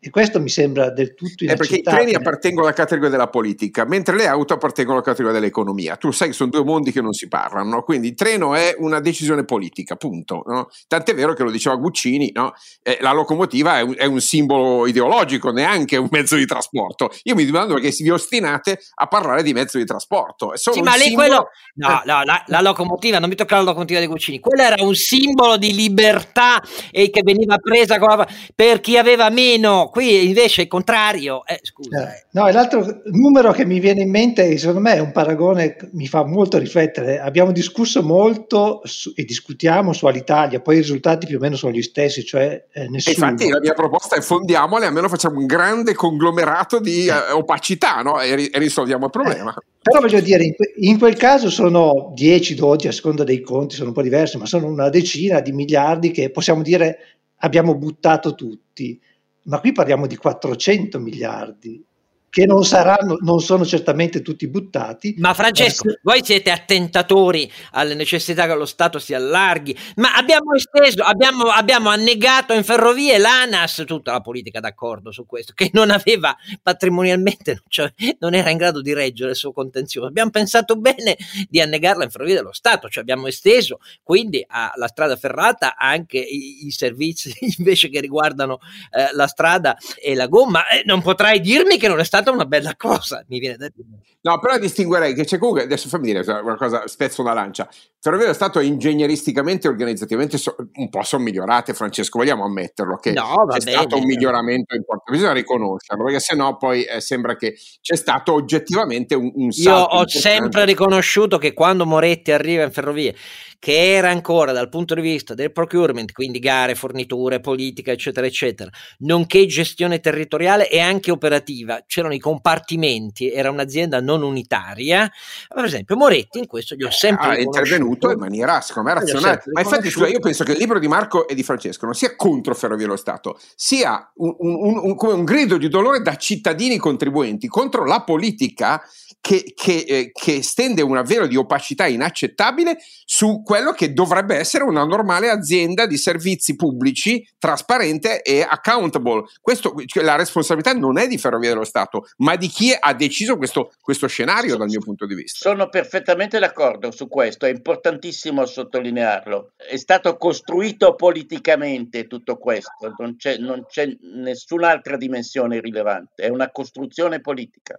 E questo mi sembra del tutto inaccettabile. È perché i treni appartengono alla categoria della politica, mentre le auto appartengono alla categoria dell'economia. Tu sai che sono due mondi che non si parlano, no? Quindi il treno è una decisione politica, punto. No? Tant'è vero che lo diceva Guccini, no? eh, la locomotiva è un, è un simbolo ideologico, neanche un mezzo di trasporto. Io mi domando perché vi ostinate a parlare di mezzo di trasporto. È solo sì, un ma lì simbolo... quello... No, no, la, la locomotiva, non mi tocca la locomotiva di Guccini, quello era un simbolo di libertà e che veniva presa con la... per chi aveva meno. Qui invece contrario, eh, scusa. Eh, no, e l'altro numero che mi viene in mente, secondo me è un paragone che mi fa molto riflettere. Abbiamo discusso molto su, e discutiamo su Alitalia, poi i risultati più o meno sono gli stessi, cioè eh, nessuno. Infatti la mia proposta è fondiamole, almeno facciamo un grande conglomerato di eh, opacità, no? e, ri- e risolviamo il problema. Eh, però voglio dire, in, que- in quel caso sono dieci dodici, a seconda dei conti, sono un po' diversi, ma sono una decina di miliardi che possiamo dire abbiamo buttato tutti. Ma qui parliamo di quattrocento miliardi che non saranno, non sono certamente tutti buttati. Ma Francesco, ma se... voi siete attentatori alle necessità che lo Stato si allarghi, ma abbiamo esteso, abbiamo, abbiamo annegato in ferrovie l'ANAS, tutta la politica d'accordo su questo, che non aveva patrimonialmente, cioè non era in grado di reggere il suo contenzioso. Abbiamo pensato bene di annegarla in ferrovie dello Stato, cioè abbiamo esteso quindi alla strada ferrata anche i, i servizi invece che riguardano eh, la strada e la gomma. Eh, non potrai dirmi che non è stato una bella cosa, mi viene da dire. No, però distinguerei che c'è comunque, adesso fammi dire una cosa, spezzo una lancia. Ferrovie dello Stato ingegneristicamente e organizzativamente so, un po' sono migliorate, Francesco, vogliamo ammetterlo che no, c'è bene, stato un miglioramento importante, bisogna riconoscerlo, perché sennò poi eh, sembra che c'è stato oggettivamente un, un salto. Io ho importante. sempre riconosciuto che quando Moretti arriva in ferrovie, che era ancora dal punto di vista del procurement, quindi gare, forniture, politica, eccetera, eccetera, nonché gestione territoriale e anche operativa, c'erano i compartimenti, era un'azienda non unitaria, per esempio Moretti in questo gli ho sempre ah, è intervenuto in maniera secondo me razionale, ma infatti cioè, io penso che il libro di Marco e di Francesco non sia contro Ferrovie dello Stato, sia un, un, un, come un grido di dolore da cittadini contribuenti contro la politica che, che, eh, che stende una vela di opacità inaccettabile su quello che dovrebbe essere una normale azienda di servizi pubblici trasparente e accountable. Questo, cioè, la responsabilità non è di Ferrovie dello Stato, ma di chi ha deciso questo, questo scenario dal mio punto di vista. Sono perfettamente d'accordo su questo, è importantissimo sottolinearlo. È stato costruito politicamente tutto questo, non c'è, non c'è nessun'altra dimensione rilevante, è una costruzione politica.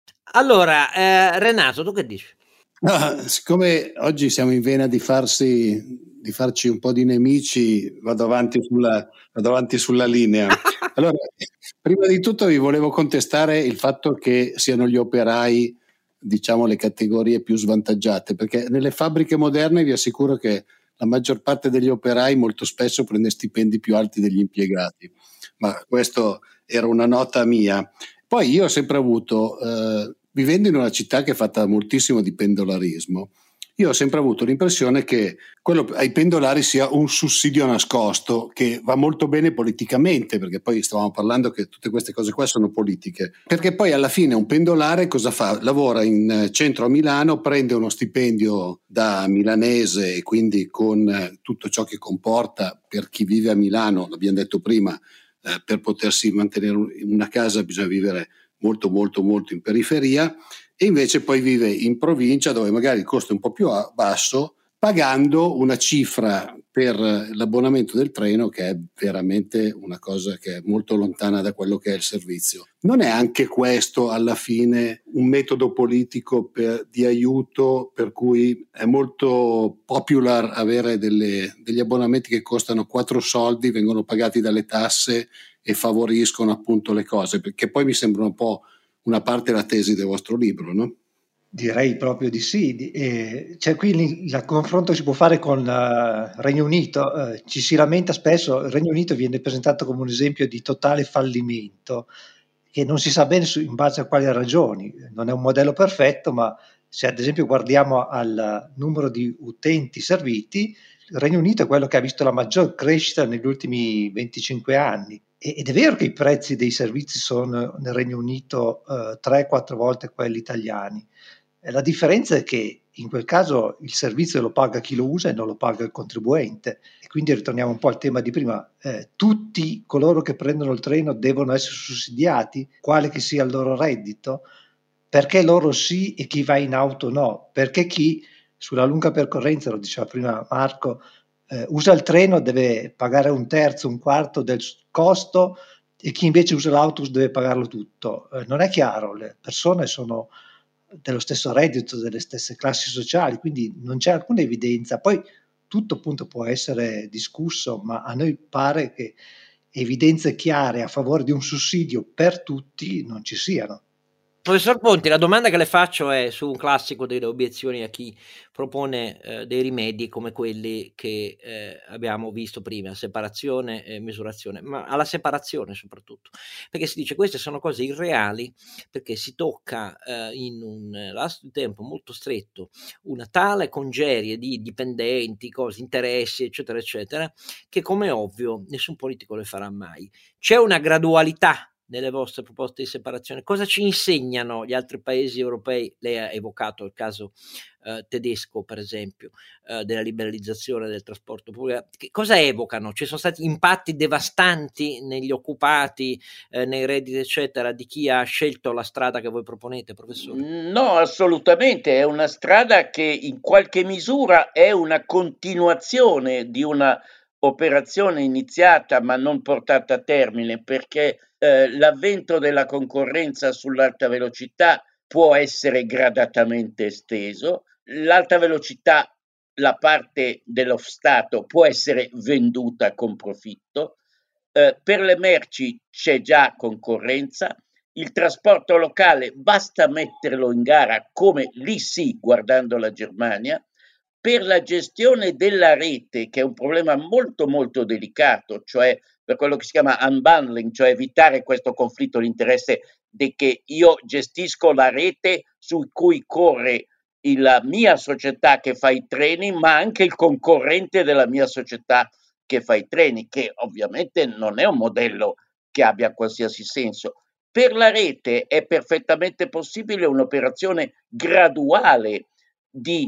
Allora, eh, Renato, tu che dici? No, siccome oggi siamo in vena di farsi di farci un po' di nemici, vado avanti sulla, vado avanti sulla linea. Allora, prima di tutto vi volevo contestare il fatto che siano gli operai, diciamo, le categorie più svantaggiate, perché nelle fabbriche moderne vi assicuro che la maggior parte degli operai molto spesso prende stipendi più alti degli impiegati, ma questo era una nota mia. Poi io ho sempre avuto, eh, vivendo in una città che è fatta moltissimo di pendolarismo, io ho sempre avuto l'impressione che quello ai pendolari sia un sussidio nascosto che va molto bene politicamente, perché poi stavamo parlando che tutte queste cose qua sono politiche, perché poi alla fine un pendolare cosa fa? Lavora in centro a Milano, prende uno stipendio da milanese e quindi con tutto ciò che comporta per chi vive a Milano, l'abbiamo detto prima, eh, per potersi mantenere una casa bisogna vivere molto molto molto in periferia, e invece poi vive in provincia dove magari il costo è un po' più basso, pagando una cifra per l'abbonamento del treno che è veramente una cosa che è molto lontana da quello che è il servizio. Non è anche questo alla fine un metodo politico per, di aiuto, per cui è molto popular avere delle, degli abbonamenti che costano quattro soldi, vengono pagati dalle tasse e favoriscono appunto le cose, perché poi mi sembra un po' una parte della tesi del vostro libro, no? Direi proprio di sì. Eh, cioè qui il confronto si può fare con il uh, Regno Unito, uh, ci si lamenta spesso, il Regno Unito viene presentato come un esempio di totale fallimento, che non si sa bene su, in base a quali ragioni, non è un modello perfetto, ma se ad esempio guardiamo al numero di utenti serviti, il Regno Unito è quello che ha visto la maggior crescita negli ultimi venticinque anni. Ed è vero che i prezzi dei servizi sono nel Regno Unito tre quattro volte quelli italiani. La differenza è che in quel caso il servizio lo paga chi lo usa e non lo paga il contribuente. E quindi ritorniamo un po' al tema di prima, eh, tutti coloro che prendono il treno devono essere sussidiati, quale che sia il loro reddito, perché loro sì e chi va in auto no, perché chi sulla lunga percorrenza, lo diceva prima Marco, eh, usa il treno deve pagare un terzo, un quarto del costo, e chi invece usa l'autobus deve pagarlo tutto. Eh, non è chiaro, le persone sono dello stesso reddito, delle stesse classi sociali, quindi non c'è alcuna evidenza. Poi tutto appunto può essere discusso, ma a noi pare che evidenze chiare a favore di un sussidio per tutti non ci siano. Professor Ponti, la domanda che le faccio è su un classico delle obiezioni a chi propone eh, dei rimedi come quelli che eh, abbiamo visto prima, separazione e misurazione, ma alla separazione soprattutto, perché si dice queste sono cose irreali, perché si tocca eh, in un lasso di tempo molto stretto una tale congerie di dipendenti, cose, interessi, eccetera, eccetera, che come è ovvio nessun politico le farà mai. C'è una gradualità nelle vostre proposte di separazione? Cosa ci insegnano gli altri paesi europei? Lei ha evocato il caso eh, tedesco, per esempio, eh, della liberalizzazione del trasporto pubblico. Che cosa evocano? Ci sono stati impatti devastanti negli occupati, eh, nei redditi, eccetera, di chi ha scelto la strada che voi proponete, professore? No, assolutamente, è una strada che in qualche misura è una continuazione di una operazione iniziata ma non portata a termine, perché eh, l'avvento della concorrenza sull'alta velocità può essere gradatamente esteso. L'alta velocità, la parte dello Stato, può essere venduta con profitto. Eh, per le merci c'è già concorrenza. Il trasporto locale basta metterlo in gara, come lì sì, guardando la Germania. Per la gestione della rete, che è un problema molto molto delicato, cioè per quello che si chiama unbundling, cioè evitare questo conflitto di interesse di che io gestisco la rete su cui corre la mia società che fa i treni, ma anche il concorrente della mia società che fa i treni, che ovviamente non è un modello che abbia qualsiasi senso. Per la rete è perfettamente possibile un'operazione graduale di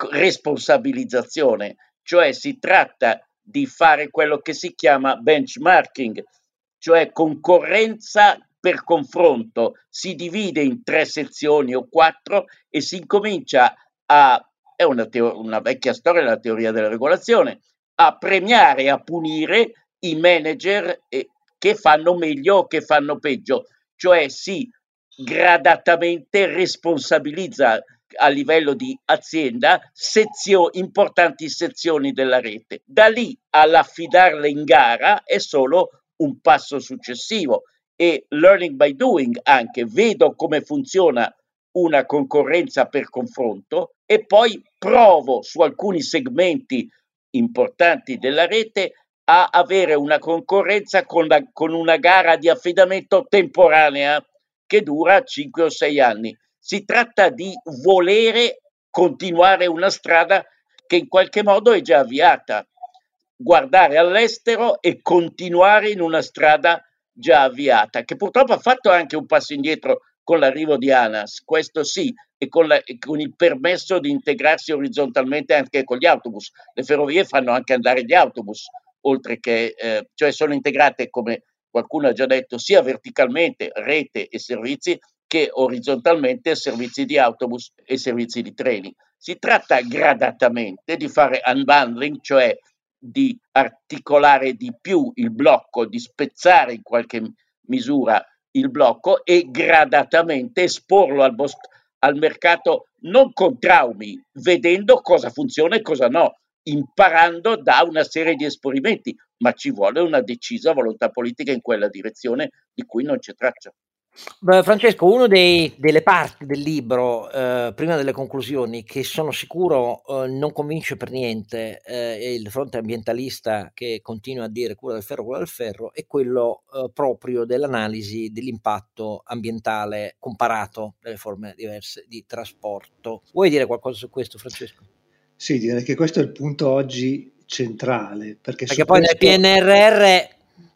responsabilizzazione, cioè si tratta di fare quello che si chiama benchmarking, cioè concorrenza per confronto. Si divide in tre sezioni o quattro e si incomincia a, è una, teo- una vecchia storia della teoria della regolazione, a premiare e a punire i manager eh, che fanno meglio o che fanno peggio, cioè si gradatamente responsabilizza a livello di azienda sezio- importanti sezioni della rete. Da lì all'affidarle in gara è solo un passo successivo, e learning by doing anche, vedo come funziona una concorrenza per confronto e poi provo su alcuni segmenti importanti della rete a avere una concorrenza con, la, con una gara di affidamento temporanea che dura cinque o sei anni. Si tratta di volere continuare una strada che in qualche modo è già avviata, guardare all'estero e continuare in una strada già avviata, che purtroppo ha fatto anche un passo indietro con l'arrivo di ANAS, questo sì, e con, la, e con il permesso di integrarsi orizzontalmente anche con gli autobus. Le ferrovie fanno anche andare gli autobus, oltre che, eh, cioè sono integrate, come qualcuno ha già detto, sia verticalmente rete e servizi, che orizzontalmente servizi di autobus e servizi di treni. Si tratta gradatamente di fare unbundling, cioè di articolare di più il blocco, di spezzare in qualche misura il blocco e gradatamente esporlo al, bos- al mercato, non con traumi, vedendo cosa funziona e cosa no, imparando da una serie di esperimenti, ma ci vuole una decisa volontà politica in quella direzione di cui non c'è traccia. Beh, Francesco, una delle parti del libro, eh, prima delle conclusioni, che sono sicuro eh, non convince per niente eh, il fronte ambientalista che continua a dire cura del ferro, cura del ferro, è quello eh, proprio dell'analisi dell'impatto ambientale comparato delle forme diverse di trasporto. Vuoi dire qualcosa su questo, Francesco? Sì, direi che questo è il punto oggi centrale, perché, perché su poi questo... nel P N R R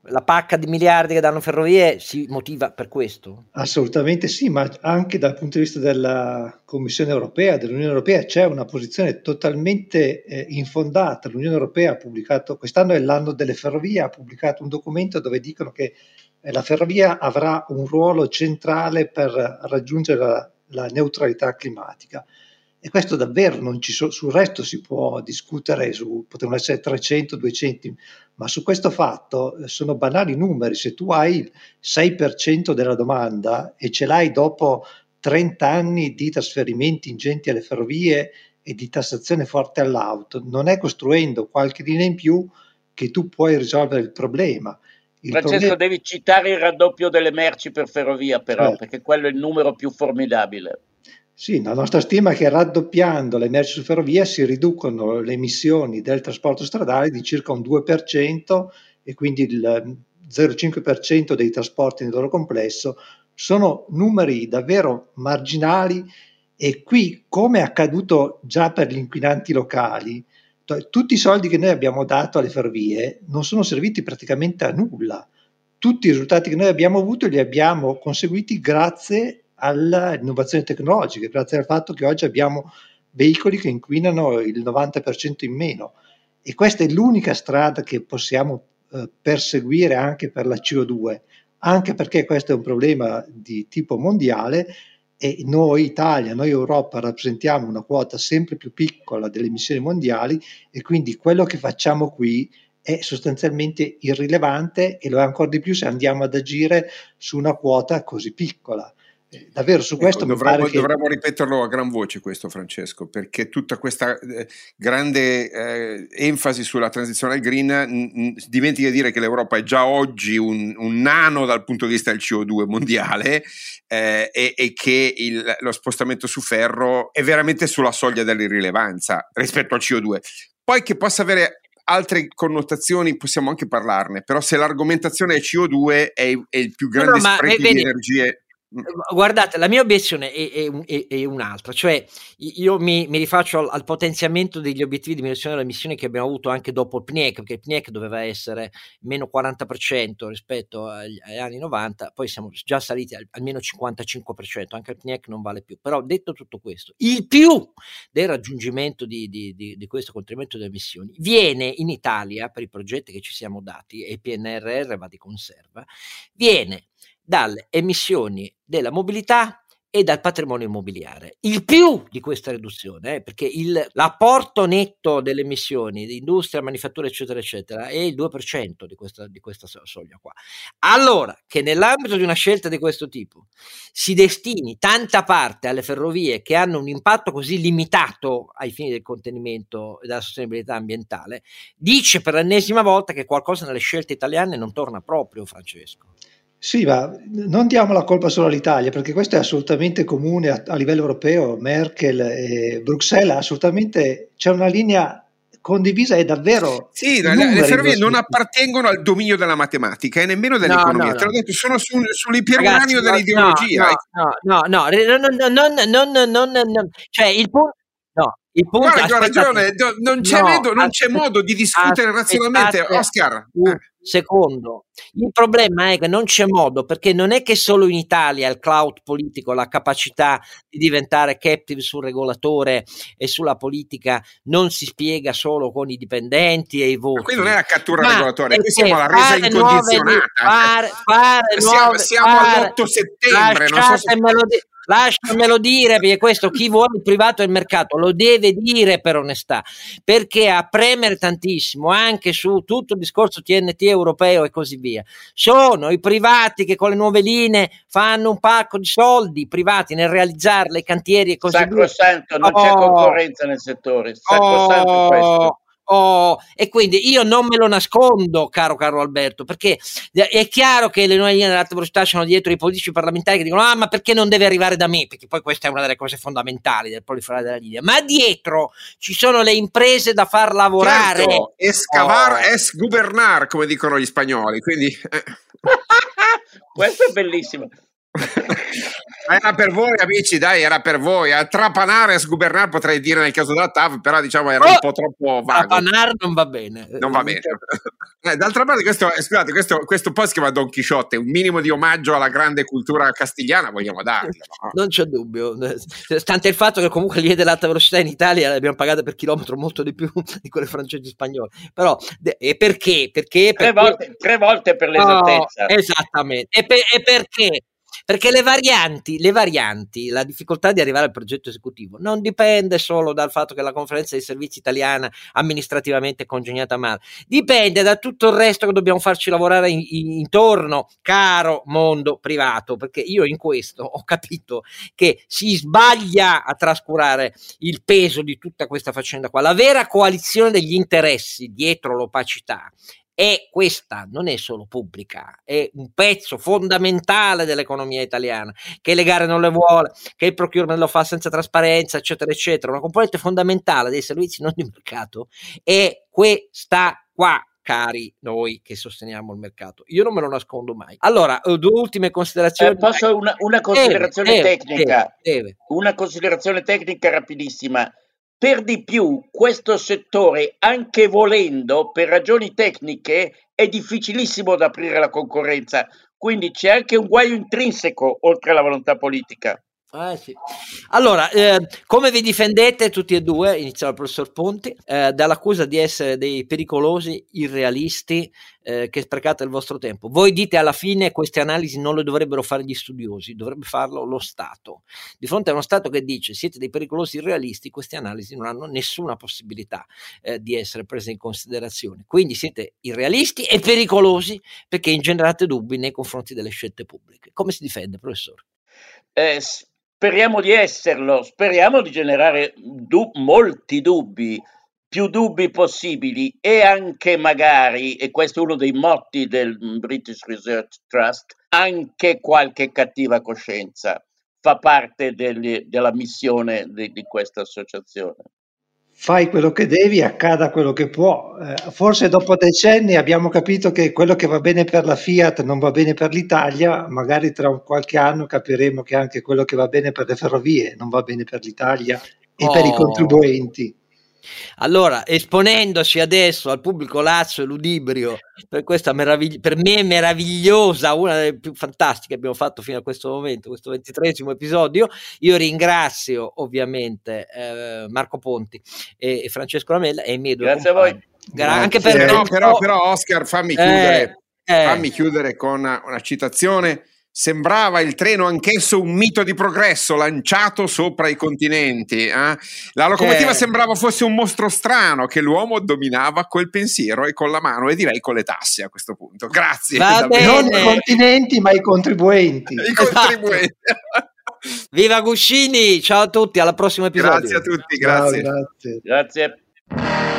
la pacca di miliardi che danno Ferrovie si motiva per questo? Assolutamente sì, ma anche dal punto di vista della Commissione europea, dell'Unione Europea, c'è una posizione totalmente eh, infondata. L'Unione Europea ha pubblicato, quest'anno è l'anno delle ferrovie, ha pubblicato un documento dove dicono che eh, la ferrovia avrà un ruolo centrale per raggiungere la, la neutralità climatica. E questo davvero non ci so, sul resto si può discutere, su, potevano essere trecento, duecento, ma su questo fatto sono banali numeri. Se tu hai il sei per cento della domanda e ce l'hai dopo trenta anni di trasferimenti ingenti alle ferrovie e di tassazione forte all'auto, non è costruendo qualche linea in più che tu puoi risolvere il problema. Il Francesco, problema... devi citare il raddoppio delle merci per ferrovia però, certo. Perché quello è il numero più formidabile. Sì, la nostra stima è che raddoppiando le merci su ferrovia si riducono le emissioni del trasporto stradale di circa un due per cento e quindi il zero virgola cinque per cento dei trasporti nel loro complesso. Sono numeri davvero marginali e qui, come è accaduto già per gli inquinanti locali, tutti i soldi che noi abbiamo dato alle ferrovie non sono serviti praticamente a nulla. Tutti i risultati che noi abbiamo avuto li abbiamo conseguiti grazie all'innovazione tecnologica, grazie al fatto che oggi abbiamo veicoli che inquinano il novanta per cento in meno, e questa è l'unica strada che possiamo eh, perseguire anche per la C O due, anche perché questo è un problema di tipo mondiale e noi Italia, noi Europa rappresentiamo una quota sempre più piccola delle emissioni mondiali e quindi quello che facciamo qui è sostanzialmente irrilevante e lo è ancora di più se andiamo ad agire su una quota così piccola. Davvero su questo ecco, mi dovremmo, pare che... dovremmo ripeterlo a gran voce questo, Francesco, perché tutta questa eh, grande eh, enfasi sulla transizione al green n- n- dimentica di dire che l'Europa è già oggi un, un nano dal punto di vista del C O due mondiale eh, e, e che il, lo spostamento su ferro è veramente sulla soglia dell'irrilevanza rispetto al C O due. Poi che possa avere altre connotazioni possiamo anche parlarne, però se l'argomentazione è C O due è, è il più grande no, no, spreco vedi, di energie. Guardate, la mia obiezione è, è, è, è un'altra, cioè io mi, mi rifaccio al, al potenziamento degli obiettivi di diminuzione delle emissioni che abbiamo avuto anche dopo il P N I E C, perché il P N I E C doveva essere meno quaranta per cento rispetto agli, agli anni novanta, poi siamo già saliti al, almeno cinquantacinque per cento, anche il P N I E C non vale più. Però detto tutto questo, il più del raggiungimento di, di, di, di questo contenimento delle emissioni viene in Italia, per i progetti che ci siamo dati, e il P N R R va di conserva, viene dalle emissioni della mobilità e dal patrimonio immobiliare. Il più di questa riduzione, eh, perché il, l'apporto netto delle emissioni di industria, manifattura, eccetera, eccetera, è il due per cento di questa, di questa soglia qua. Allora, che nell'ambito di una scelta di questo tipo si destini tanta parte alle ferrovie che hanno un impatto così limitato ai fini del contenimento e della sostenibilità ambientale, dice per l'ennesima volta che qualcosa nelle scelte italiane non torna proprio, Francesco. Sì, ma non diamo la colpa solo all'Italia, perché questo è assolutamente comune a, a livello europeo. Merkel e Bruxelles, assolutamente c'è una linea condivisa e davvero... Sì, le, le ferrovie non appartengono al dominio della matematica e nemmeno dell'economia. No, no, Te l'ho no. detto, sono su, sull'iperuranio dell'ideologia. No, no, no, no, non, non, non, non, cioè il punto... No, il punto, guarda che ho ragione, non c'è, no, vedo, non c'è modo di discutere razionalmente, Oscar. Un secondo, il problema è che non c'è modo, perché non è che solo in Italia il clout politico, la capacità di diventare captive sul regolatore e sulla politica non si spiega solo con i dipendenti e i voti. Ma qui non è la cattura regolatoria, qui siamo alla resa incondizionata. Fare, fare siamo nuove, siamo fare, all'otto settembre. Non so se... di- lasciamelo dire, perché questo chi vuole il privato e il mercato lo deve dire per onestà, perché a premere tantissimo anche su tutto il discorso T N T europeo e così via sono i privati che con le nuove linee fanno un pacco di soldi privati nel realizzarle, i cantieri e così Sacrosanto, via. non oh, c'è concorrenza nel settore, sacrosanto oh, questo. Oh, e quindi io non me lo nascondo, caro Carlo Alberto, perché è chiaro che le nuove linee dell'alta velocità sono dietro i politici parlamentari che dicono ah ma perché non deve arrivare da me, perché poi questa è una delle cose fondamentali del proliferare della linea, ma dietro ci sono le imprese da far lavorare, certo, escavar oh. es gobernar, come dicono gli spagnoli, quindi questo è bellissimo. Era per voi, amici, dai, era per voi. A trapanare e sgubernar potrei dire nel caso della T A V, però diciamo era un oh, po' troppo vago. Trapanar non va bene. Non va bene. Eh, d'altra parte, questo, scusate, questo, questo po' si chiama Don Chisciotte, un minimo di omaggio alla grande cultura castigliana vogliamo dargli. No? Non c'è dubbio. Stante il fatto che comunque le linee dell'alta velocità in Italia le abbiamo pagate per chilometro molto di più di quelle francesi e spagnole. Però, e perché? Perché? Tre, per volte, tre volte per l'esattezza. No, esattamente. E, per, e perché? Perché le varianti, le varianti, la difficoltà di arrivare al progetto esecutivo non dipende solo dal fatto che la conferenza dei servizi italiana amministrativamente è congegnata male, dipende da tutto il resto che dobbiamo farci lavorare in, in, intorno, caro mondo privato, perché io in questo ho capito che si sbaglia a trascurare il peso di tutta questa faccenda qua. La vera coalizione degli interessi dietro l'opacità e questa non è solo pubblica, è un pezzo fondamentale dell'economia italiana, che le gare non le vuole, che il procurement lo fa senza trasparenza, eccetera, eccetera. Una componente fondamentale dei servizi non di mercato è questa qua, cari noi che sosteniamo il mercato. Io non me lo nascondo mai. Allora, due ultime considerazioni. Eh, posso una, una considerazione deve, tecnica? Deve, deve. Una considerazione tecnica rapidissima. Per di più, questo settore, anche volendo, per ragioni tecniche, è difficilissimo da aprire alla concorrenza. Quindi c'è anche un guaio intrinseco, oltre alla volontà politica. Eh sì. Allora, eh, come vi difendete tutti e due, inizia il professor Ponti, eh, dall'accusa di essere dei pericolosi irrealisti eh, che sprecate il vostro tempo? Voi dite alla fine queste analisi non le dovrebbero fare gli studiosi, dovrebbe farlo lo Stato. Di fronte a uno Stato che dice siete dei pericolosi irrealisti, queste analisi non hanno nessuna possibilità eh, di essere prese in considerazione. Quindi siete irrealisti e pericolosi perché ingenerate dubbi nei confronti delle scelte pubbliche. Come si difende, professore? Eh, Speriamo di esserlo, speriamo di generare du- molti dubbi, più dubbi possibili e anche magari, e questo è uno dei motti del British Research Trust, anche qualche cattiva coscienza fa parte delle, della missione di, di questa associazione. Fai quello che devi, accada quello che può. Eh, forse dopo decenni abbiamo capito che quello che va bene per la Fiat non va bene per l'Italia, magari tra qualche anno capiremo che anche quello che va bene per le ferrovie non va bene per l'Italia e oh. per i contribuenti. Allora, esponendosi adesso al pubblico lazzo e ludibrio per questa meraviglia, per me meravigliosa, una delle più fantastiche che abbiamo fatto fino a questo momento, questo ventitreesimo episodio, io ringrazio ovviamente eh, Marco Ponti e, e Francesco Lamella e i miei due Grazie compagni. a voi. Gra- anche per però, però, però Oscar, fammi chiudere, eh, eh. fammi chiudere con una, una citazione. Sembrava il treno anch'esso un mito di progresso lanciato sopra i continenti. Eh? La locomotiva eh. sembrava fosse un mostro strano che l'uomo dominava col pensiero e con la mano e direi con le tasse a questo punto. Grazie. Non i continenti ma i contribuenti. I contribuenti. Esatto. Viva Guscini, ciao a tutti, alla prossima episodio. Grazie a tutti, grazie. Ciao, grazie. Grazie.